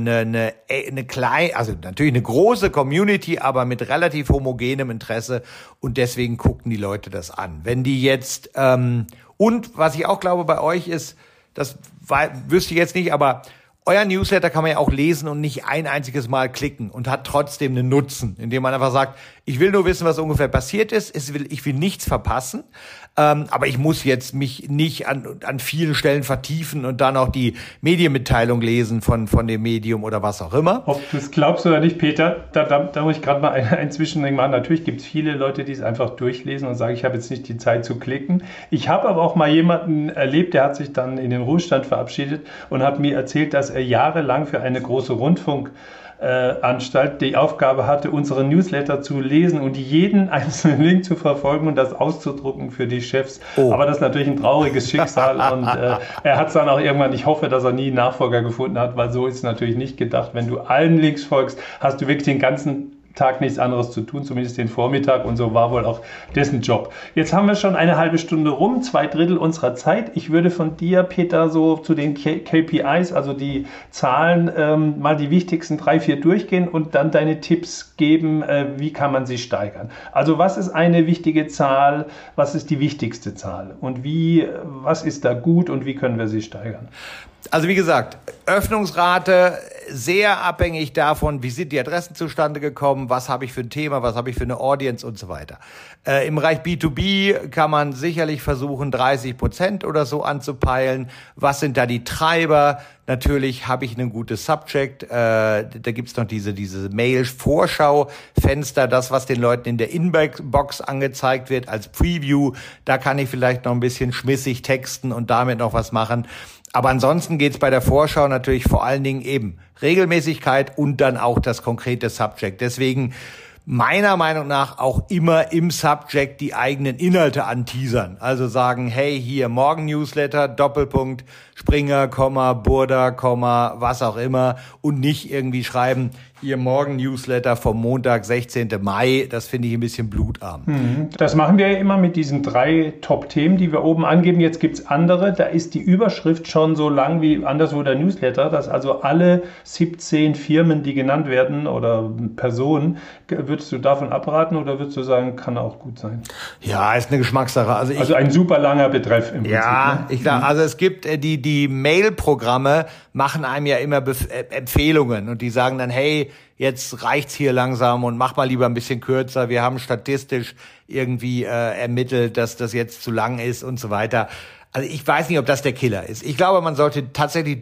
natürlich eine große Community, aber mit relativ homogenem Interesse und deswegen gucken die Leute das an. Wenn die jetzt und was ich auch glaube bei euch ist, wüsste ich jetzt nicht, aber euer Newsletter kann man ja auch lesen und nicht ein einziges Mal klicken und hat trotzdem einen Nutzen, indem man einfach sagt, ich will nur wissen, was ungefähr passiert ist, ich will nichts verpassen, aber ich muss jetzt mich nicht an vielen Stellen vertiefen und dann auch die Medienmitteilung lesen von dem Medium oder was auch immer. Ob du es glaubst oder nicht, Peter, da muss ich gerade mal ein Zwischending machen. Natürlich gibt es viele Leute, die es einfach durchlesen und sagen, ich habe jetzt nicht die Zeit zu klicken. Ich habe aber auch mal jemanden erlebt, der hat sich dann in den Ruhestand verabschiedet und hat mir erzählt, dass er jahrelang für eine große Rundfunkanstalt die Aufgabe hatte, unsere Newsletter zu lesen und jeden einzelnen Link zu verfolgen und das auszudrucken für die Chefs. Oh. Aber das ist natürlich ein trauriges Schicksal und er hat es dann auch irgendwann, ich hoffe, dass er nie einen Nachfolger gefunden hat, weil so ist es natürlich nicht gedacht. Wenn du allen Links folgst, hast du wirklich den ganzen Tag nichts anderes zu tun, zumindest den Vormittag, und so war wohl auch dessen Job. Jetzt haben wir schon eine halbe Stunde rum, 2/3 unserer Zeit. Ich würde von dir, Peter, so zu den KPIs, also die Zahlen, mal die wichtigsten 3, 4 durchgehen und dann deine Tipps geben, wie kann man sie steigern. Also was ist eine wichtige Zahl, was ist die wichtigste Zahl und was ist da gut und wie können wir sie steigern? Also wie gesagt, Öffnungsrate sehr abhängig davon, wie sind die Adressen zustande gekommen, was habe ich für ein Thema, was habe ich für eine Audience und so weiter. Im Bereich B2B kann man sicherlich versuchen, 30% oder so anzupeilen. Was sind da die Treiber? Natürlich habe ich ein gutes Subject. Da gibt's noch diese Mail-Vorschau-Fenster, das, was den Leuten in der Inbox angezeigt wird als Preview. Da kann ich vielleicht noch ein bisschen schmissig texten und damit noch was machen. Aber ansonsten geht's bei der Vorschau natürlich vor allen Dingen eben Regelmäßigkeit und dann auch das konkrete Subject. Deswegen meiner Meinung nach auch immer im Subject die eigenen Inhalte anteasern. Also sagen, hey, hier Morgen-Newsletter, Doppelpunkt, Springer, Burda, was auch immer und nicht irgendwie schreiben, hier Morgen-Newsletter vom Montag, 16. Mai. Das finde ich ein bisschen blutarm. Das machen wir ja immer mit diesen 3 Top-Themen, die wir oben angeben. Jetzt gibt's andere, da ist die Überschrift schon so lang wie anderswo der Newsletter, dass also alle 17 Firmen, die genannt werden oder Personen, würdest du davon abraten oder würdest du sagen, kann auch gut sein? Ja, ist eine Geschmackssache. Also ein super langer Betreff im Prinzip. Ja, ne? Ich glaube, also es gibt die Mail-Programme machen einem ja immer Empfehlungen und die sagen dann, hey, jetzt reicht's hier langsam und mach mal lieber ein bisschen kürzer. Wir haben statistisch irgendwie ermittelt, dass das jetzt zu lang ist und so weiter. Also ich weiß nicht, ob das der Killer ist. Ich glaube, man sollte tatsächlich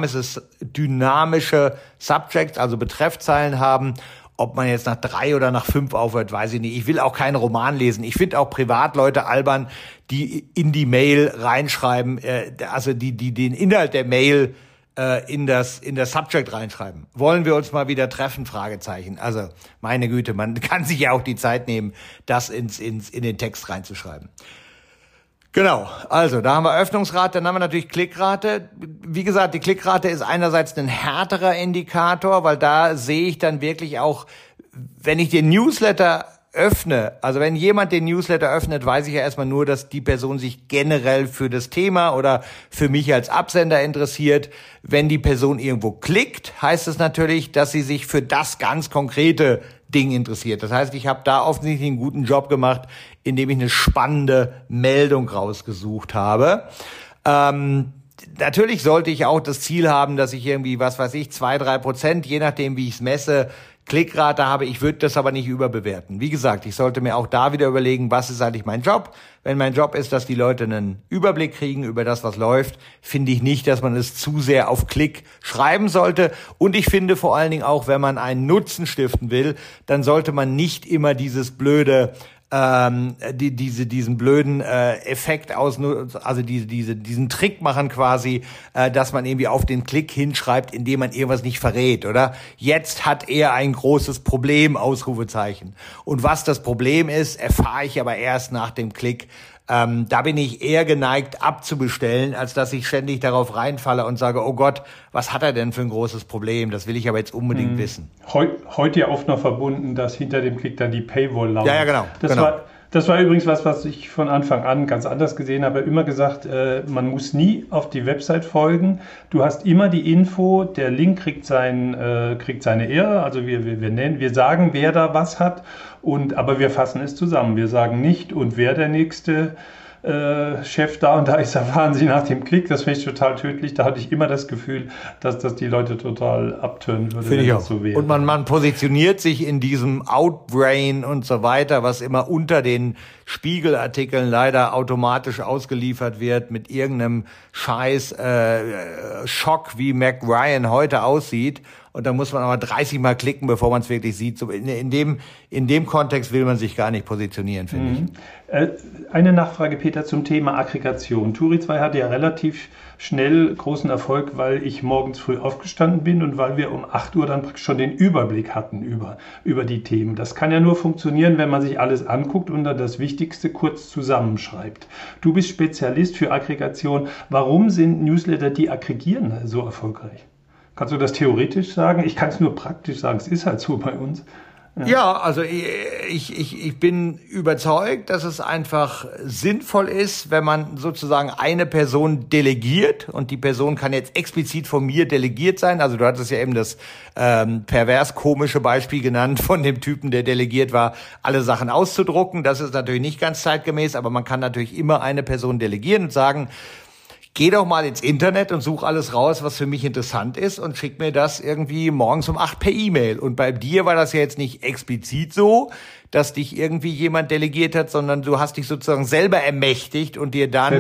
dynamische Subjects, also Betreffzeilen haben. Ob man jetzt nach 3 oder nach 5 aufhört, weiß ich nicht. Ich will auch keinen Roman lesen. Ich finde auch Privatleute albern, die in die Mail reinschreiben, also die den Inhalt der Mail in das Subject reinschreiben. Wollen wir uns mal wieder treffen? Fragezeichen. Also meine Güte, man kann sich ja auch die Zeit nehmen, das in den Text reinzuschreiben. Genau, also da haben wir Öffnungsrate, dann haben wir natürlich Klickrate. Wie gesagt, die Klickrate ist einerseits ein härterer Indikator, weil da sehe ich dann wirklich auch, wenn ich den Newsletter öffne, also wenn jemand den Newsletter öffnet, weiß ich ja erstmal nur, dass die Person sich generell für das Thema oder für mich als Absender interessiert. Wenn die Person irgendwo klickt, heißt es natürlich, dass sie sich für das ganz konkrete Ding interessiert. Das heißt, ich habe da offensichtlich einen guten Job gemacht, indem ich eine spannende Meldung rausgesucht habe. Natürlich sollte ich auch das Ziel haben, dass ich irgendwie, 2-3%, je nachdem, wie ich es messe, Klickrate habe. Ich würde das aber nicht überbewerten. Wie gesagt, ich sollte mir auch da wieder überlegen, was ist eigentlich mein Job? Wenn mein Job ist, dass die Leute einen Überblick kriegen über das, was läuft, finde ich nicht, dass man es zu sehr auf Klick schreiben sollte. Und ich finde vor allen Dingen auch, wenn man einen Nutzen stiften will, dann sollte man nicht immer dieses blöde diesen blöden Effekt also diesen Trick machen quasi, dass man irgendwie auf den Klick hinschreibt, indem man irgendwas nicht verrät, oder? Jetzt hat er ein großes Problem, Ausrufezeichen. Und was das Problem ist, erfahre ich aber erst nach dem Klick. Da bin ich eher geneigt abzubestellen, als dass ich ständig darauf reinfalle und sage, oh Gott, was hat er denn für ein großes Problem? Das will ich aber jetzt unbedingt wissen. Heute ja oft noch verbunden, dass hinter dem Klick dann die Paywall lautet. Ja, genau. Das war übrigens was ich von Anfang an ganz anders gesehen habe. Immer gesagt, man muss nie auf die Website folgen. Du hast immer die Info, der Link kriegt seine Ehre. Also wir sagen, wer da was hat, aber wir fassen es zusammen. Wir sagen nicht, und wer der nächste Chef da und da ist, erfahren Sie nach dem Klick. Das finde ich total tödlich. Da hatte ich immer das Gefühl, dass das die Leute total abtönen würde. Finde ich auch. So wäre. Und man positioniert sich in diesem Outbrain und so weiter, was immer unter den Spiegelartikeln leider automatisch ausgeliefert wird mit irgendeinem Scheiß Schock, wie Mac Ryan heute aussieht. Und da muss man aber 30 Mal klicken, bevor man es wirklich sieht. So in dem Kontext will man sich gar nicht positionieren, finde ich. Eine Nachfrage, Peter, zum Thema Aggregation. Turi 2 hatte ja relativ schnell großen Erfolg, weil ich morgens früh aufgestanden bin und weil wir um 8 Uhr dann praktisch schon den Überblick hatten über die Themen. Das kann ja nur funktionieren, wenn man sich alles anguckt und dann das Wichtigste kurz zusammenschreibt. Du bist Spezialist für Aggregation. Warum sind Newsletter, die aggregieren, so erfolgreich? Kannst du das theoretisch sagen? Ich kann es nur praktisch sagen. Es ist halt so bei uns. Ja, also ich bin überzeugt, dass es einfach sinnvoll ist, wenn man sozusagen eine Person delegiert, und die Person kann jetzt explizit von mir delegiert sein. Also du hattest ja eben das pervers komische Beispiel genannt von dem Typen, der delegiert war, alle Sachen auszudrucken. Das ist natürlich nicht ganz zeitgemäß, aber man kann natürlich immer eine Person delegieren und sagen, geh doch mal ins Internet und such alles raus, was für mich interessant ist, und schick mir das irgendwie morgens um 8 per E-Mail. Und bei dir war das ja jetzt nicht explizit so, dass dich irgendwie jemand delegiert hat, sondern du hast dich sozusagen selber ermächtigt und dir dann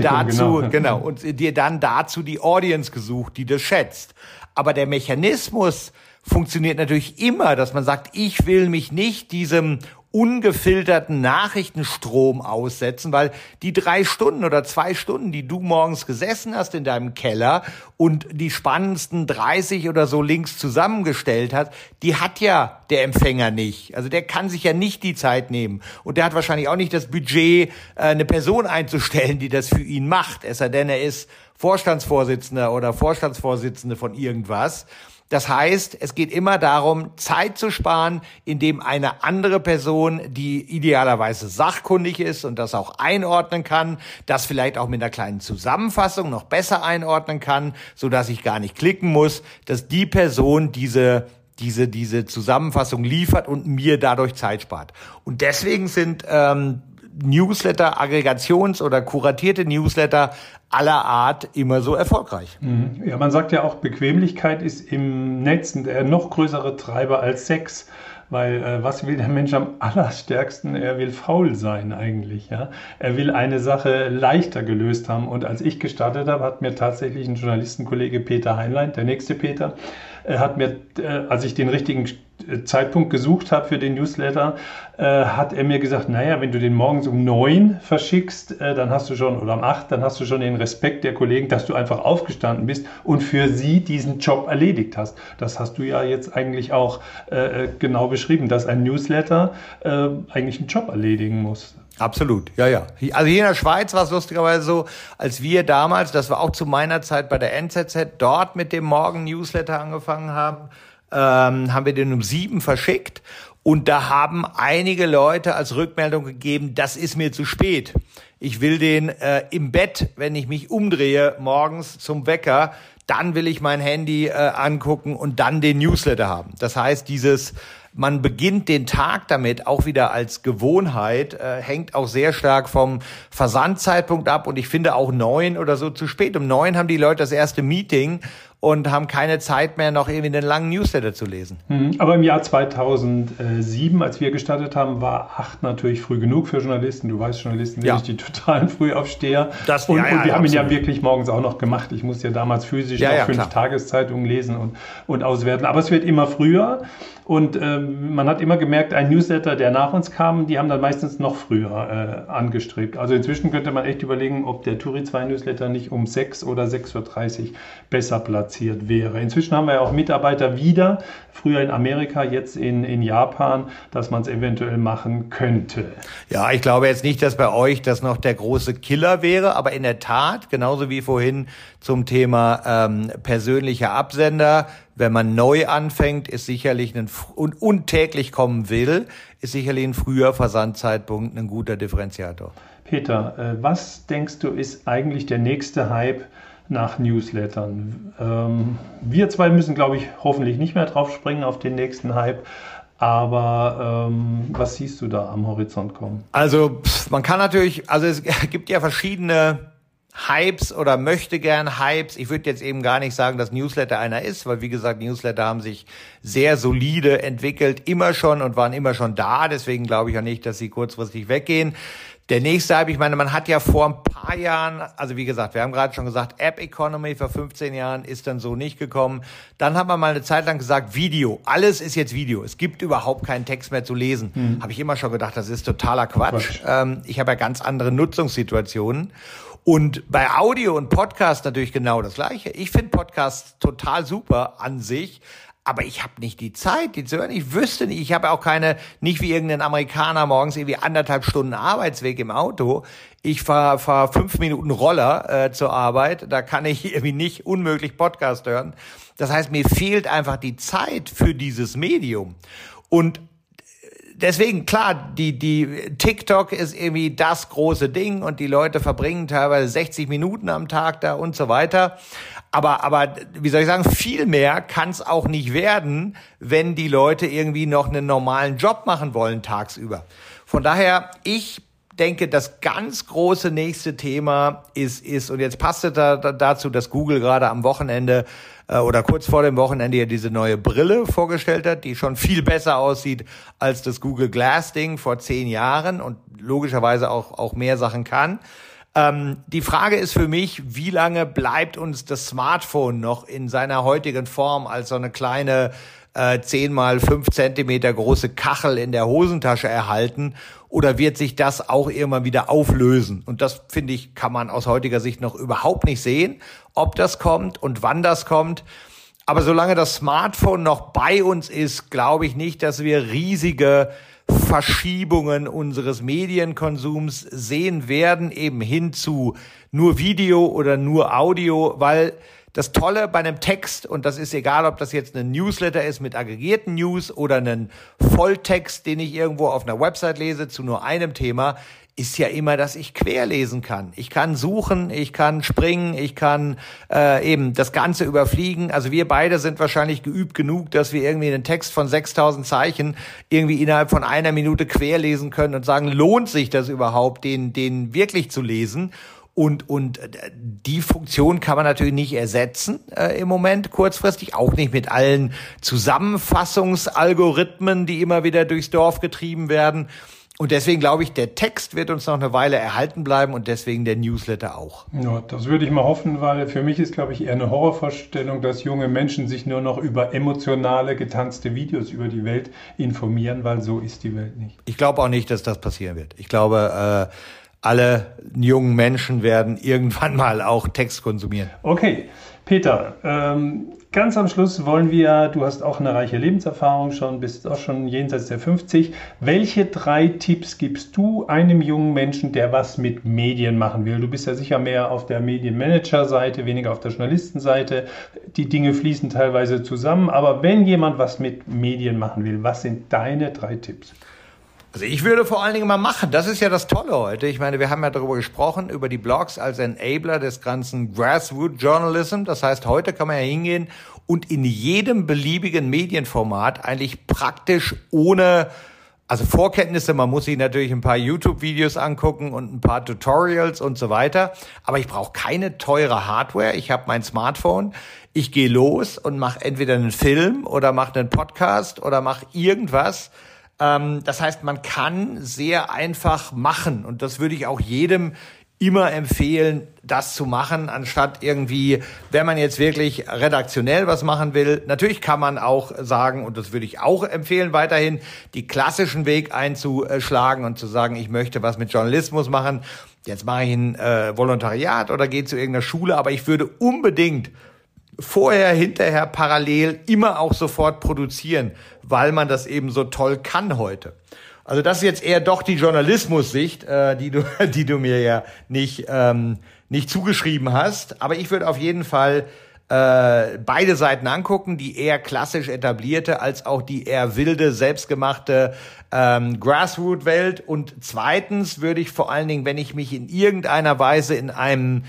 dazu die Audience gesucht, die das schätzt. Aber der Mechanismus funktioniert natürlich immer, dass man sagt, ich will mich nicht diesem ungefilterten Nachrichtenstrom aussetzen, weil die 3 Stunden oder 2 Stunden, die du morgens gesessen hast in deinem Keller und die spannendsten 30 oder so Links zusammengestellt hast, die hat ja der Empfänger nicht. Also der kann sich ja nicht die Zeit nehmen. Und der hat wahrscheinlich auch nicht das Budget, eine Person einzustellen, die das für ihn macht. Es sei denn, er ist Vorstandsvorsitzender oder Vorstandsvorsitzende von irgendwas. Das heißt, es geht immer darum, Zeit zu sparen, indem eine andere Person, die idealerweise sachkundig ist und das auch einordnen kann, das vielleicht auch mit einer kleinen Zusammenfassung noch besser einordnen kann, so dass ich gar nicht klicken muss, dass die Person diese Zusammenfassung liefert und mir dadurch Zeit spart. Und deswegen sind Newsletter, Aggregations- oder kuratierte Newsletter aller Art immer so erfolgreich. Ja, man sagt ja auch, Bequemlichkeit ist im Netz der noch größere Treiber als Sex. Weil was will der Mensch am allerstärksten? Er will faul sein eigentlich. Ja? Er will eine Sache leichter gelöst haben. Und als ich gestartet habe, hat mir tatsächlich ein Journalistenkollege, Peter Heinlein, der nächste Peter, hat mir, als ich den richtigen Zeitpunkt gesucht habe für den Newsletter, hat er mir gesagt, naja, wenn du den morgens um 9 verschickst, dann hast du schon, oder um 8, dann hast du schon den Respekt der Kollegen, dass du einfach aufgestanden bist und für sie diesen Job erledigt hast. Das hast du ja jetzt eigentlich auch genau beschrieben, dass ein Newsletter eigentlich einen Job erledigen muss. Absolut, ja. Also hier in der Schweiz war es lustigerweise so, als wir damals, das war auch zu meiner Zeit bei der NZZ, dort mit dem Morgen-Newsletter angefangen haben, haben wir den um 7 verschickt. Und da haben einige Leute als Rückmeldung gegeben, das ist mir zu spät. Ich will den im Bett, wenn ich mich umdrehe, morgens zum Wecker, dann will ich mein Handy angucken und dann den Newsletter haben. Das heißt, man beginnt den Tag damit, auch wieder als Gewohnheit, hängt auch sehr stark vom Versandzeitpunkt ab. Und ich finde auch 9 oder so zu spät. Um 9 haben die Leute das erste Meeting und haben keine Zeit mehr, noch irgendwie einen langen Newsletter zu lesen. Aber im Jahr 2007, als wir gestartet haben, war 8 natürlich früh genug für Journalisten. Du weißt, Journalisten sind die totalen Frühaufsteher. Und wir haben ihn ja wirklich morgens auch noch gemacht. Ich musste ja damals physisch noch 5 Tageszeitungen lesen und auswerten. Aber es wird immer früher. Und man hat immer gemerkt, ein Newsletter, der nach uns kam, die haben dann meistens noch früher angestrebt. Also inzwischen könnte man echt überlegen, ob der Turi 2 Newsletter nicht um 6 oder 6.30 Uhr besser platziert wäre. Inzwischen haben wir ja auch Mitarbeiter wieder, früher in Amerika, jetzt in Japan, dass man es eventuell machen könnte. Ja, ich glaube jetzt nicht, dass bei euch das noch der große Killer wäre, aber in der Tat, genauso wie vorhin zum Thema persönlicher Absender, wenn man neu anfängt, ist sicherlich und täglich kommen will, ist sicherlich ein früher Versandzeitpunkt ein guter Differenziator. Peter, was denkst du, ist eigentlich der nächste Hype nach Newslettern? Wir zwei müssen, glaube ich, hoffentlich nicht mehr drauf springen auf den nächsten Hype. Aber was siehst du da am Horizont kommen? Also man kann natürlich, also es gibt ja verschiedene Hypes oder möchte gern Hypes. Ich würde jetzt eben gar nicht sagen, dass Newsletter einer ist, weil wie gesagt, Newsletter haben sich sehr solide entwickelt, immer schon und waren immer schon da. Deswegen glaube ich auch nicht, dass sie kurzfristig weggehen. Der nächste Hype, ich meine, man hat ja vor ein paar Jahren, also wie gesagt, wir haben gerade schon gesagt, App Economy vor 15 Jahren ist dann so nicht gekommen. Dann hat man mal eine Zeit lang gesagt, Video. Alles ist jetzt Video. Es gibt überhaupt keinen Text mehr zu lesen. Habe ich immer schon gedacht, das ist totaler Quatsch. Ich habe ja ganz andere Nutzungssituationen. Und bei Audio und Podcast natürlich genau das Gleiche. Ich finde Podcasts total super an sich, aber ich habe nicht die Zeit, die zu hören. Ich wüsste nicht, ich habe auch nicht wie irgendein Amerikaner morgens irgendwie 1,5 Stunden Arbeitsweg im Auto. Ich fahr 5 Minuten Roller zur Arbeit, da kann ich irgendwie nicht unmöglich Podcast hören. Das heißt, mir fehlt einfach die Zeit für dieses Medium. Und deswegen, klar, die TikTok ist irgendwie das große Ding und die Leute verbringen teilweise 60 Minuten am Tag da und so weiter. Aber wie soll ich sagen, viel mehr kann es auch nicht werden, wenn die Leute irgendwie noch einen normalen Job machen wollen tagsüber. Von daher, ich denke, das ganz große nächste Thema ist und jetzt passt es dazu, dass Google gerade am Wochenende oder kurz vor dem Wochenende ja diese neue Brille vorgestellt hat, die schon viel besser aussieht als das Google Glass Ding vor 10 Jahren und logischerweise auch mehr Sachen kann. Die Frage ist für mich, wie lange bleibt uns das Smartphone noch in seiner heutigen Form als so eine kleine 10 mal 5 Zentimeter große Kachel in der Hosentasche erhalten, oder wird sich das auch irgendwann wieder auflösen? Und das, finde ich, kann man aus heutiger Sicht noch überhaupt nicht sehen, ob das kommt und wann das kommt. Aber solange das Smartphone noch bei uns ist, glaube ich nicht, dass wir riesige Verschiebungen unseres Medienkonsums sehen werden, eben hin zu nur Video oder nur Audio, weil das Tolle bei einem Text, und das ist egal, ob das jetzt ein Newsletter ist mit aggregierten News oder einen Volltext, den ich irgendwo auf einer Website lese zu nur einem Thema, ist ja immer, dass ich querlesen kann. Ich kann suchen, ich kann springen, ich kann eben das Ganze überfliegen. Also wir beide sind wahrscheinlich geübt genug, dass wir irgendwie einen Text von 6000 Zeichen irgendwie innerhalb von 1 Minute querlesen können und sagen, lohnt sich das überhaupt, den wirklich zu lesen? Und die Funktion kann man natürlich nicht ersetzen im Moment, kurzfristig, auch nicht mit allen Zusammenfassungsalgorithmen, die immer wieder durchs Dorf getrieben werden. Und deswegen glaube ich, der Text wird uns noch eine Weile erhalten bleiben und deswegen der Newsletter auch. Ja, das würde ich mal hoffen, weil für mich ist, glaube ich, eher eine Horrorvorstellung, dass junge Menschen sich nur noch über emotionale, getanzte Videos über die Welt informieren, weil so ist die Welt nicht. Ich glaube auch nicht, dass das passieren wird. Ich glaube, alle jungen Menschen werden irgendwann mal auch Text konsumieren. Okay, Peter, ganz am Schluss wollen wir, du hast auch eine reiche Lebenserfahrung schon, bist auch schon jenseits der 50. Welche 3 Tipps gibst du einem jungen Menschen, der was mit Medien machen will? Du bist ja sicher mehr auf der Medienmanager-Seite, weniger auf der Journalistenseite. Die Dinge fließen teilweise zusammen, aber wenn jemand was mit Medien machen will, was sind deine 3 Tipps? Also ich würde vor allen Dingen mal machen, das ist ja das Tolle heute. Ich meine, wir haben ja darüber gesprochen, über die Blogs als Enabler des ganzen Grassroot Journalism. Das heißt, heute kann man ja hingehen und in jedem beliebigen Medienformat eigentlich praktisch ohne, also Vorkenntnisse, man muss sich natürlich ein paar YouTube-Videos angucken und ein paar Tutorials und so weiter. Aber ich brauche keine teure Hardware. Ich habe mein Smartphone. Ich gehe los und mache entweder einen Film oder mache einen Podcast oder mache irgendwas. Das heißt, man kann sehr einfach machen und das würde ich auch jedem immer empfehlen, das zu machen, anstatt irgendwie, wenn man jetzt wirklich redaktionell was machen will. Natürlich kann man auch sagen, und das würde ich auch empfehlen, weiterhin die klassischen Weg einzuschlagen und zu sagen, ich möchte was mit Journalismus machen. Jetzt mache ich ein Volontariat oder gehe zu irgendeiner Schule, aber ich würde unbedingt vorher, hinterher, parallel immer auch sofort produzieren, weil man das eben so toll kann heute. Also das ist jetzt eher doch die Journalismus-Sicht, die du mir ja nicht zugeschrieben hast. Aber ich würde auf jeden Fall beide Seiten angucken, die eher klassisch etablierte als auch die eher wilde, selbstgemachte Grassroot-Welt. Und zweitens würde ich vor allen Dingen, wenn ich mich in irgendeiner Weise in einem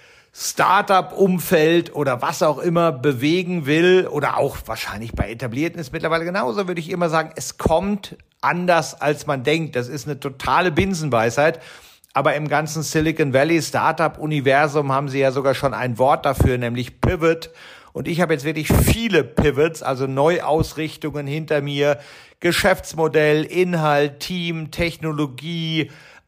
Startup-Umfeld oder was auch immer bewegen will oder auch wahrscheinlich bei Etablierten ist mittlerweile genauso, würde ich immer sagen, es kommt anders, als man denkt. Das ist eine totale Binsenweisheit. Aber im ganzen Silicon Valley Startup-Universum haben sie ja sogar schon ein Wort dafür, nämlich Pivot. Und ich habe jetzt wirklich viele Pivots, also Neuausrichtungen hinter mir. Geschäftsmodell, Inhalt, Team, Technologie,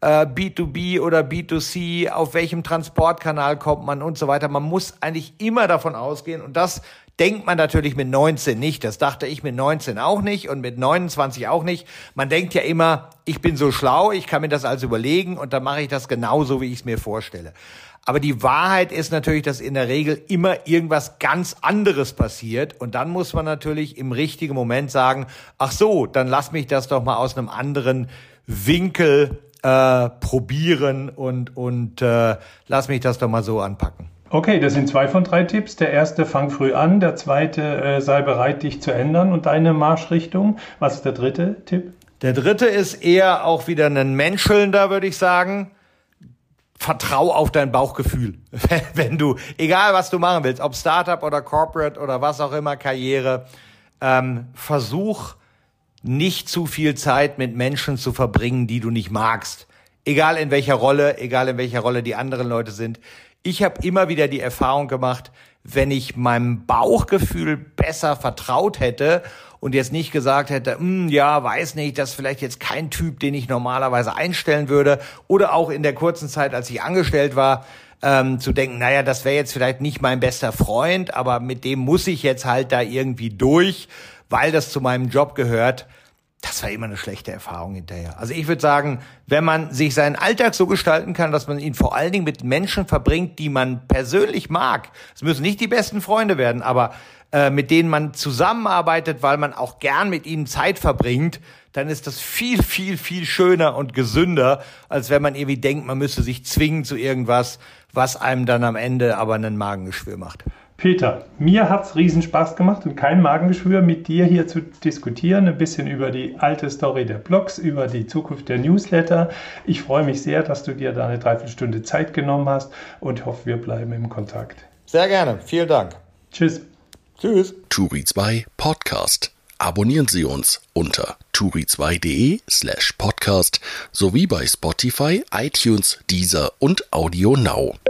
B2B oder B2C, auf welchem Transportkanal kommt man und so weiter. Man muss eigentlich immer davon ausgehen und das denkt man natürlich mit 19 nicht. Das dachte ich mit 19 auch nicht und mit 29 auch nicht. Man denkt ja immer, ich bin so schlau, ich kann mir das also überlegen und dann mache ich das genauso, wie ich es mir vorstelle. Aber die Wahrheit ist natürlich, dass in der Regel immer irgendwas ganz anderes passiert und dann muss man natürlich im richtigen Moment sagen, ach so, dann lass mich das doch mal aus einem anderen Winkel probieren und lass mich das doch mal so anpacken. Okay, das sind 2 von 3 Tipps. Der erste, fang früh an. Der zweite, sei bereit, dich zu ändern und deine Marschrichtung. Was ist der dritte Tipp? Der dritte ist eher auch wieder ein menschelnder, würde ich sagen. Vertrau auf dein Bauchgefühl. Wenn du, egal was du machen willst, ob Startup oder Corporate oder was auch immer, Karriere, versuch nicht zu viel Zeit mit Menschen zu verbringen, die du nicht magst. Egal in welcher Rolle die anderen Leute sind. Ich habe immer wieder die Erfahrung gemacht, wenn ich meinem Bauchgefühl besser vertraut hätte und jetzt nicht gesagt hätte, weiß nicht, das ist vielleicht jetzt kein Typ, den ich normalerweise einstellen würde, oder auch in der kurzen Zeit, als ich angestellt war, zu denken, das wäre jetzt vielleicht nicht mein bester Freund, aber mit dem muss ich jetzt halt da irgendwie durch, weil das zu meinem Job gehört. Das war immer eine schlechte Erfahrung hinterher. Also ich würde sagen, wenn man sich seinen Alltag so gestalten kann, dass man ihn vor allen Dingen mit Menschen verbringt, die man persönlich mag. Es müssen nicht die besten Freunde werden, aber mit denen man zusammenarbeitet, weil man auch gern mit ihnen Zeit verbringt, dann ist das viel, viel, viel schöner und gesünder, als wenn man irgendwie denkt, man müsse sich zwingen zu irgendwas, was einem dann am Ende aber einen Magengeschwür macht. Peter, mir hat's riesen Spaß gemacht und kein Magengeschwür, mit dir hier zu diskutieren, ein bisschen über die alte Story der Blogs, über die Zukunft der Newsletter. Ich freue mich sehr, dass du dir da eine Dreiviertelstunde Zeit genommen hast und hoffe, wir bleiben im Kontakt. Sehr gerne, vielen Dank. Tschüss. Tschüss. Turi 2 Podcast. Abonnieren Sie uns unter turi2.de/podcast sowie bei Spotify, iTunes, Deezer und Audio Now.